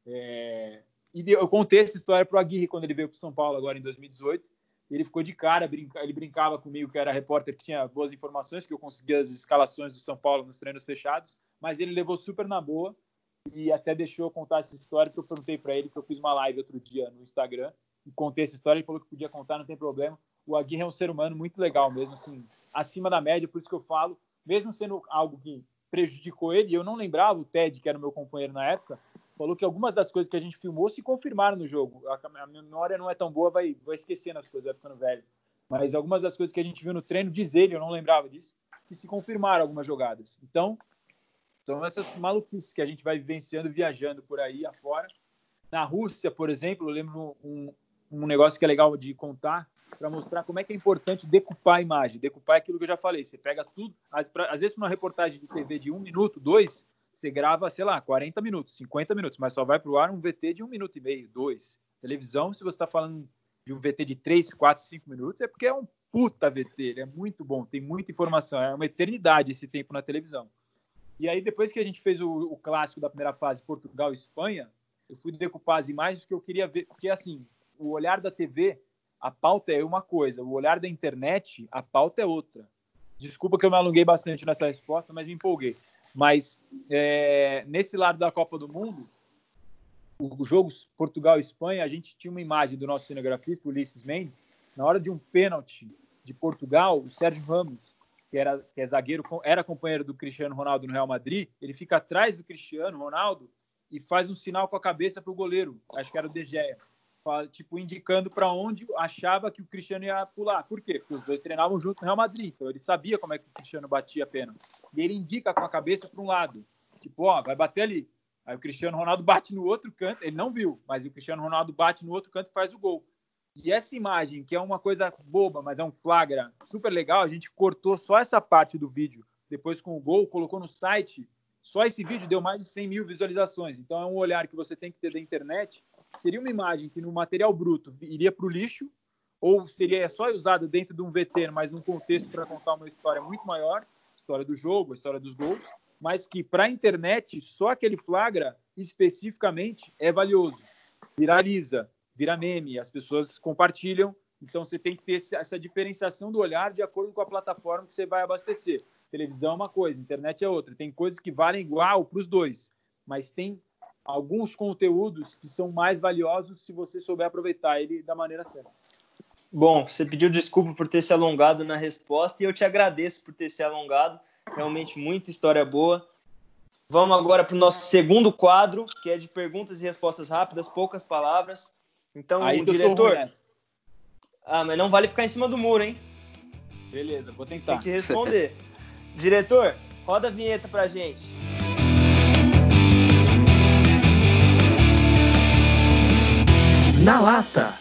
é... e eu contei essa história para o Aguirre quando ele veio para São Paulo agora em dois mil e dezoito, ele ficou de cara, brinca... ele brincava comigo que era repórter que tinha boas informações, que eu conseguia as escalações do São Paulo nos treinos fechados, mas ele levou super na boa e até deixou eu contar essa história, que eu perguntei para ele, que eu fiz uma live outro dia no Instagram, e contei essa história, ele falou que podia contar, não tem problema. O Aguirre é um ser humano muito legal mesmo, assim, acima da média, por isso que eu falo, mesmo sendo algo que prejudicou ele, e eu não lembrava, o Ted, que era o meu companheiro na época, falou que algumas das coisas que a gente filmou se confirmaram no jogo. A, a memória não é tão boa, vai, vai esquecendo as coisas, vai ficando velho. mas algumas das coisas que a gente viu no treino, diz ele, eu não lembrava disso, que se confirmaram algumas jogadas. Então, são essas maluquices que a gente vai vivenciando, viajando por aí afora. Na Rússia, por exemplo, eu lembro um, um negócio que é legal de contar, para mostrar como é que é importante decupar a imagem. Decupar é aquilo que eu já falei, você pega tudo, às, pra, às vezes, para uma reportagem de T V de um minuto, dois, você grava, sei lá, quarenta minutos, cinquenta minutos, mas só vai para o ar um V T de um minuto e meio, dois. Televisão, se você está falando de um V T de três, quatro, cinco minutos, é porque é um puta V T, ele é muito bom, tem muita informação, é uma eternidade esse tempo na televisão. E aí, depois que a gente fez o, o clássico da primeira fase, Portugal e Espanha, eu fui decupar as imagens que eu queria ver, porque assim, o olhar da T V, a pauta é uma coisa, o olhar da internet, a pauta é outra. Desculpa que eu me alonguei bastante nessa resposta, mas me empolguei. Mas, é, nesse lado da Copa do Mundo, o jogo Portugal e Espanha, a gente tinha uma imagem do nosso cinegrafista, Ulisses Mendes, na hora de um pênalti de Portugal, o Sérgio Ramos, que, era, que é zagueiro, era companheiro do Cristiano Ronaldo no Real Madrid, ele fica atrás do Cristiano Ronaldo e faz um sinal com a cabeça para o goleiro, acho que era o De Gea, tipo, indicando para onde achava que o Cristiano ia pular. Por quê? Porque os dois treinavam juntos no Real Madrid, então ele sabia como é que o Cristiano batia a pênalti. E ele indica com a cabeça para um lado, tipo, ó, vai bater ali. Aí o Cristiano Ronaldo bate no outro canto, ele não viu, mas o Cristiano Ronaldo bate no outro canto e faz o gol. E essa imagem, que é uma coisa boba, mas é um flagra super legal, a gente cortou só essa parte do vídeo, depois com o gol, colocou no site, só esse vídeo deu mais de cem mil visualizações. Então é um olhar que você tem que ter da internet. Seria uma imagem que no material bruto iria para o lixo, ou seria só usada dentro de um V T, mas num contexto para contar uma história muito maior, a história do jogo, a história dos gols, mas que para a internet, só aquele flagra especificamente é valioso. Viraliza, vira meme, as pessoas compartilham, então você tem que ter essa diferenciação do olhar de acordo com a plataforma que você vai abastecer. Televisão é uma coisa, internet é outra. Tem coisas que valem igual para os dois, mas tem alguns conteúdos que são mais valiosos se você souber aproveitar ele da maneira certa. Bom, você pediu desculpa por ter se alongado na resposta e eu te agradeço por ter se alongado. Realmente muita história boa. Vamos agora para o nosso segundo quadro, que é de perguntas e respostas rápidas, poucas palavras. Então, aí o diretor... Ruim, ah, mas não vale ficar em cima do muro, hein? Beleza, vou tentar. Tem que responder. Diretor, roda a vinheta pra gente. Na lata.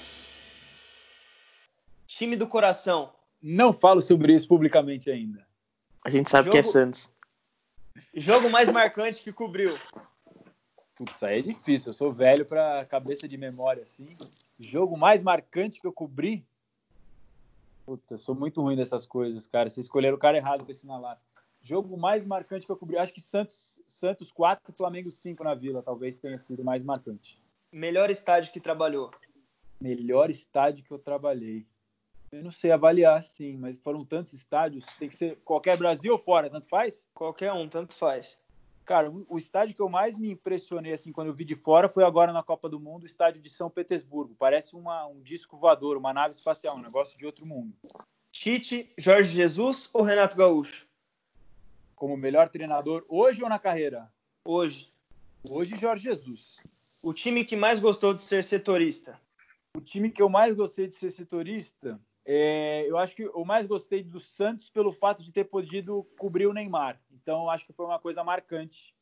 Time do coração. Não falo sobre isso publicamente ainda. A gente sabe Jogo... que é Santos. Jogo mais marcante que cobriu. Putz, aí é difícil. Eu sou velho pra cabeça de memória, assim. Jogo mais marcante que eu cobri? Puta, eu sou muito ruim dessas coisas, cara. Vocês escolheram o cara errado com esse na lata. Jogo mais marcante que eu cobri? Acho que Santos, Santos quatro e Flamengo cinco na Vila. Talvez tenha sido mais marcante. Melhor estádio que trabalhou? Melhor estádio que eu trabalhei. Eu não sei avaliar, sim, mas foram tantos estádios. Tem que ser qualquer Brasil ou fora, tanto faz? Qualquer um, tanto faz. Cara, o estádio que eu mais me impressionei, assim, quando eu vi de fora, foi agora na Copa do Mundo, o estádio de São Petersburgo. Parece uma, um disco voador, uma nave espacial, um negócio de outro mundo. Tite, Jorge Jesus ou Renato Gaúcho? Como melhor treinador, hoje ou na carreira? Hoje. Hoje, Jorge Jesus. O time que mais gostou de ser setorista? O time que eu mais gostei de ser setorista, é, eu acho que eu mais gostei do Santos pelo fato de ter podido cobrir o Neymar. Então, acho que foi uma coisa marcante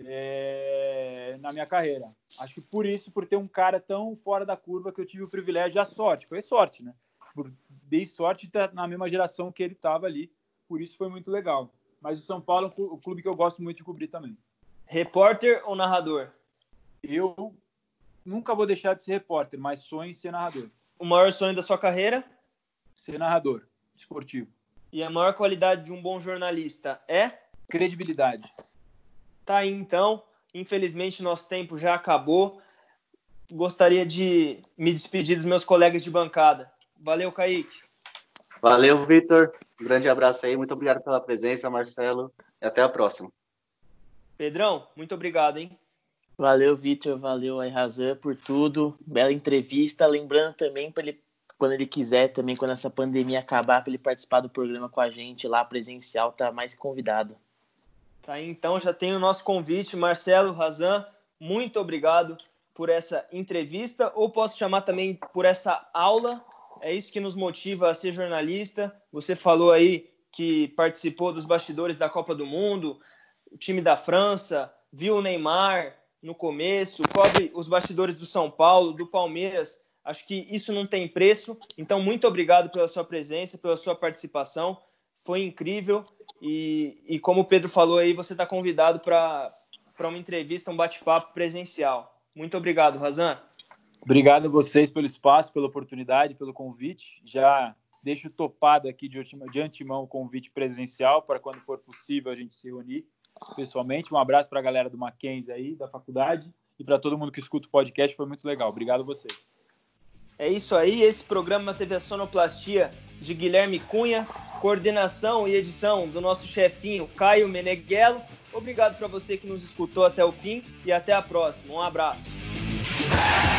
é, na minha carreira. Acho que por isso, por ter um cara tão fora da curva, que eu tive o privilégio e a sorte. Foi sorte, né? Por, dei sorte de estar na mesma geração que ele estava ali. Por isso foi muito legal. Mas o São Paulo é um clube que eu gosto muito de cobrir também. Repórter ou narrador? Eu nunca vou deixar de ser repórter, mas sonho em ser narrador. O maior sonho da sua carreira? Ser narrador esportivo. E a maior qualidade de um bom jornalista é? Credibilidade. Tá aí, então. Infelizmente, nosso tempo já acabou. Gostaria de me despedir dos meus colegas de bancada. Valeu, Kaique. Valeu, Vitor. Um grande abraço aí. Muito obrigado pela presença, Marcelo. E até a próxima. Pedrão, muito obrigado, hein? Valeu, Vitor. Valeu, Ayrazan, por tudo. Bela entrevista. Lembrando também, para ele, quando ele quiser, também quando essa pandemia acabar, para ele participar do programa com a gente lá presencial, tá mais convidado. Tá aí, então, já tem o nosso convite. Marcelo, Razan, muito obrigado por essa entrevista, ou posso chamar também por essa aula É isso que nos motiva a ser jornalista. Você falou aí que participou dos bastidores da Copa do Mundo, o time da França, viu o Neymar no começo, cobre os bastidores do São Paulo, do Palmeiras. Acho que isso não tem preço. Então, muito obrigado pela sua presença, pela sua participação. Foi incrível. E, e como o Pedro falou aí, você está convidado para para uma entrevista, um bate-papo presencial. Muito obrigado, Razan. Obrigado a vocês pelo espaço, pela oportunidade, pelo convite. Já deixo topado aqui de, ultima, de antemão o convite presencial para quando for possível a gente se reunir pessoalmente. Um abraço para a galera do Mackenzie aí, da faculdade, e para todo mundo que escuta o podcast. Foi muito legal. Obrigado a vocês. É isso aí. Esse programa teve a sonoplastia de Guilherme Cunha, coordenação e edição do nosso chefinho Caio Meneghello. Obrigado para você que nos escutou até o fim e até a próxima. Um abraço.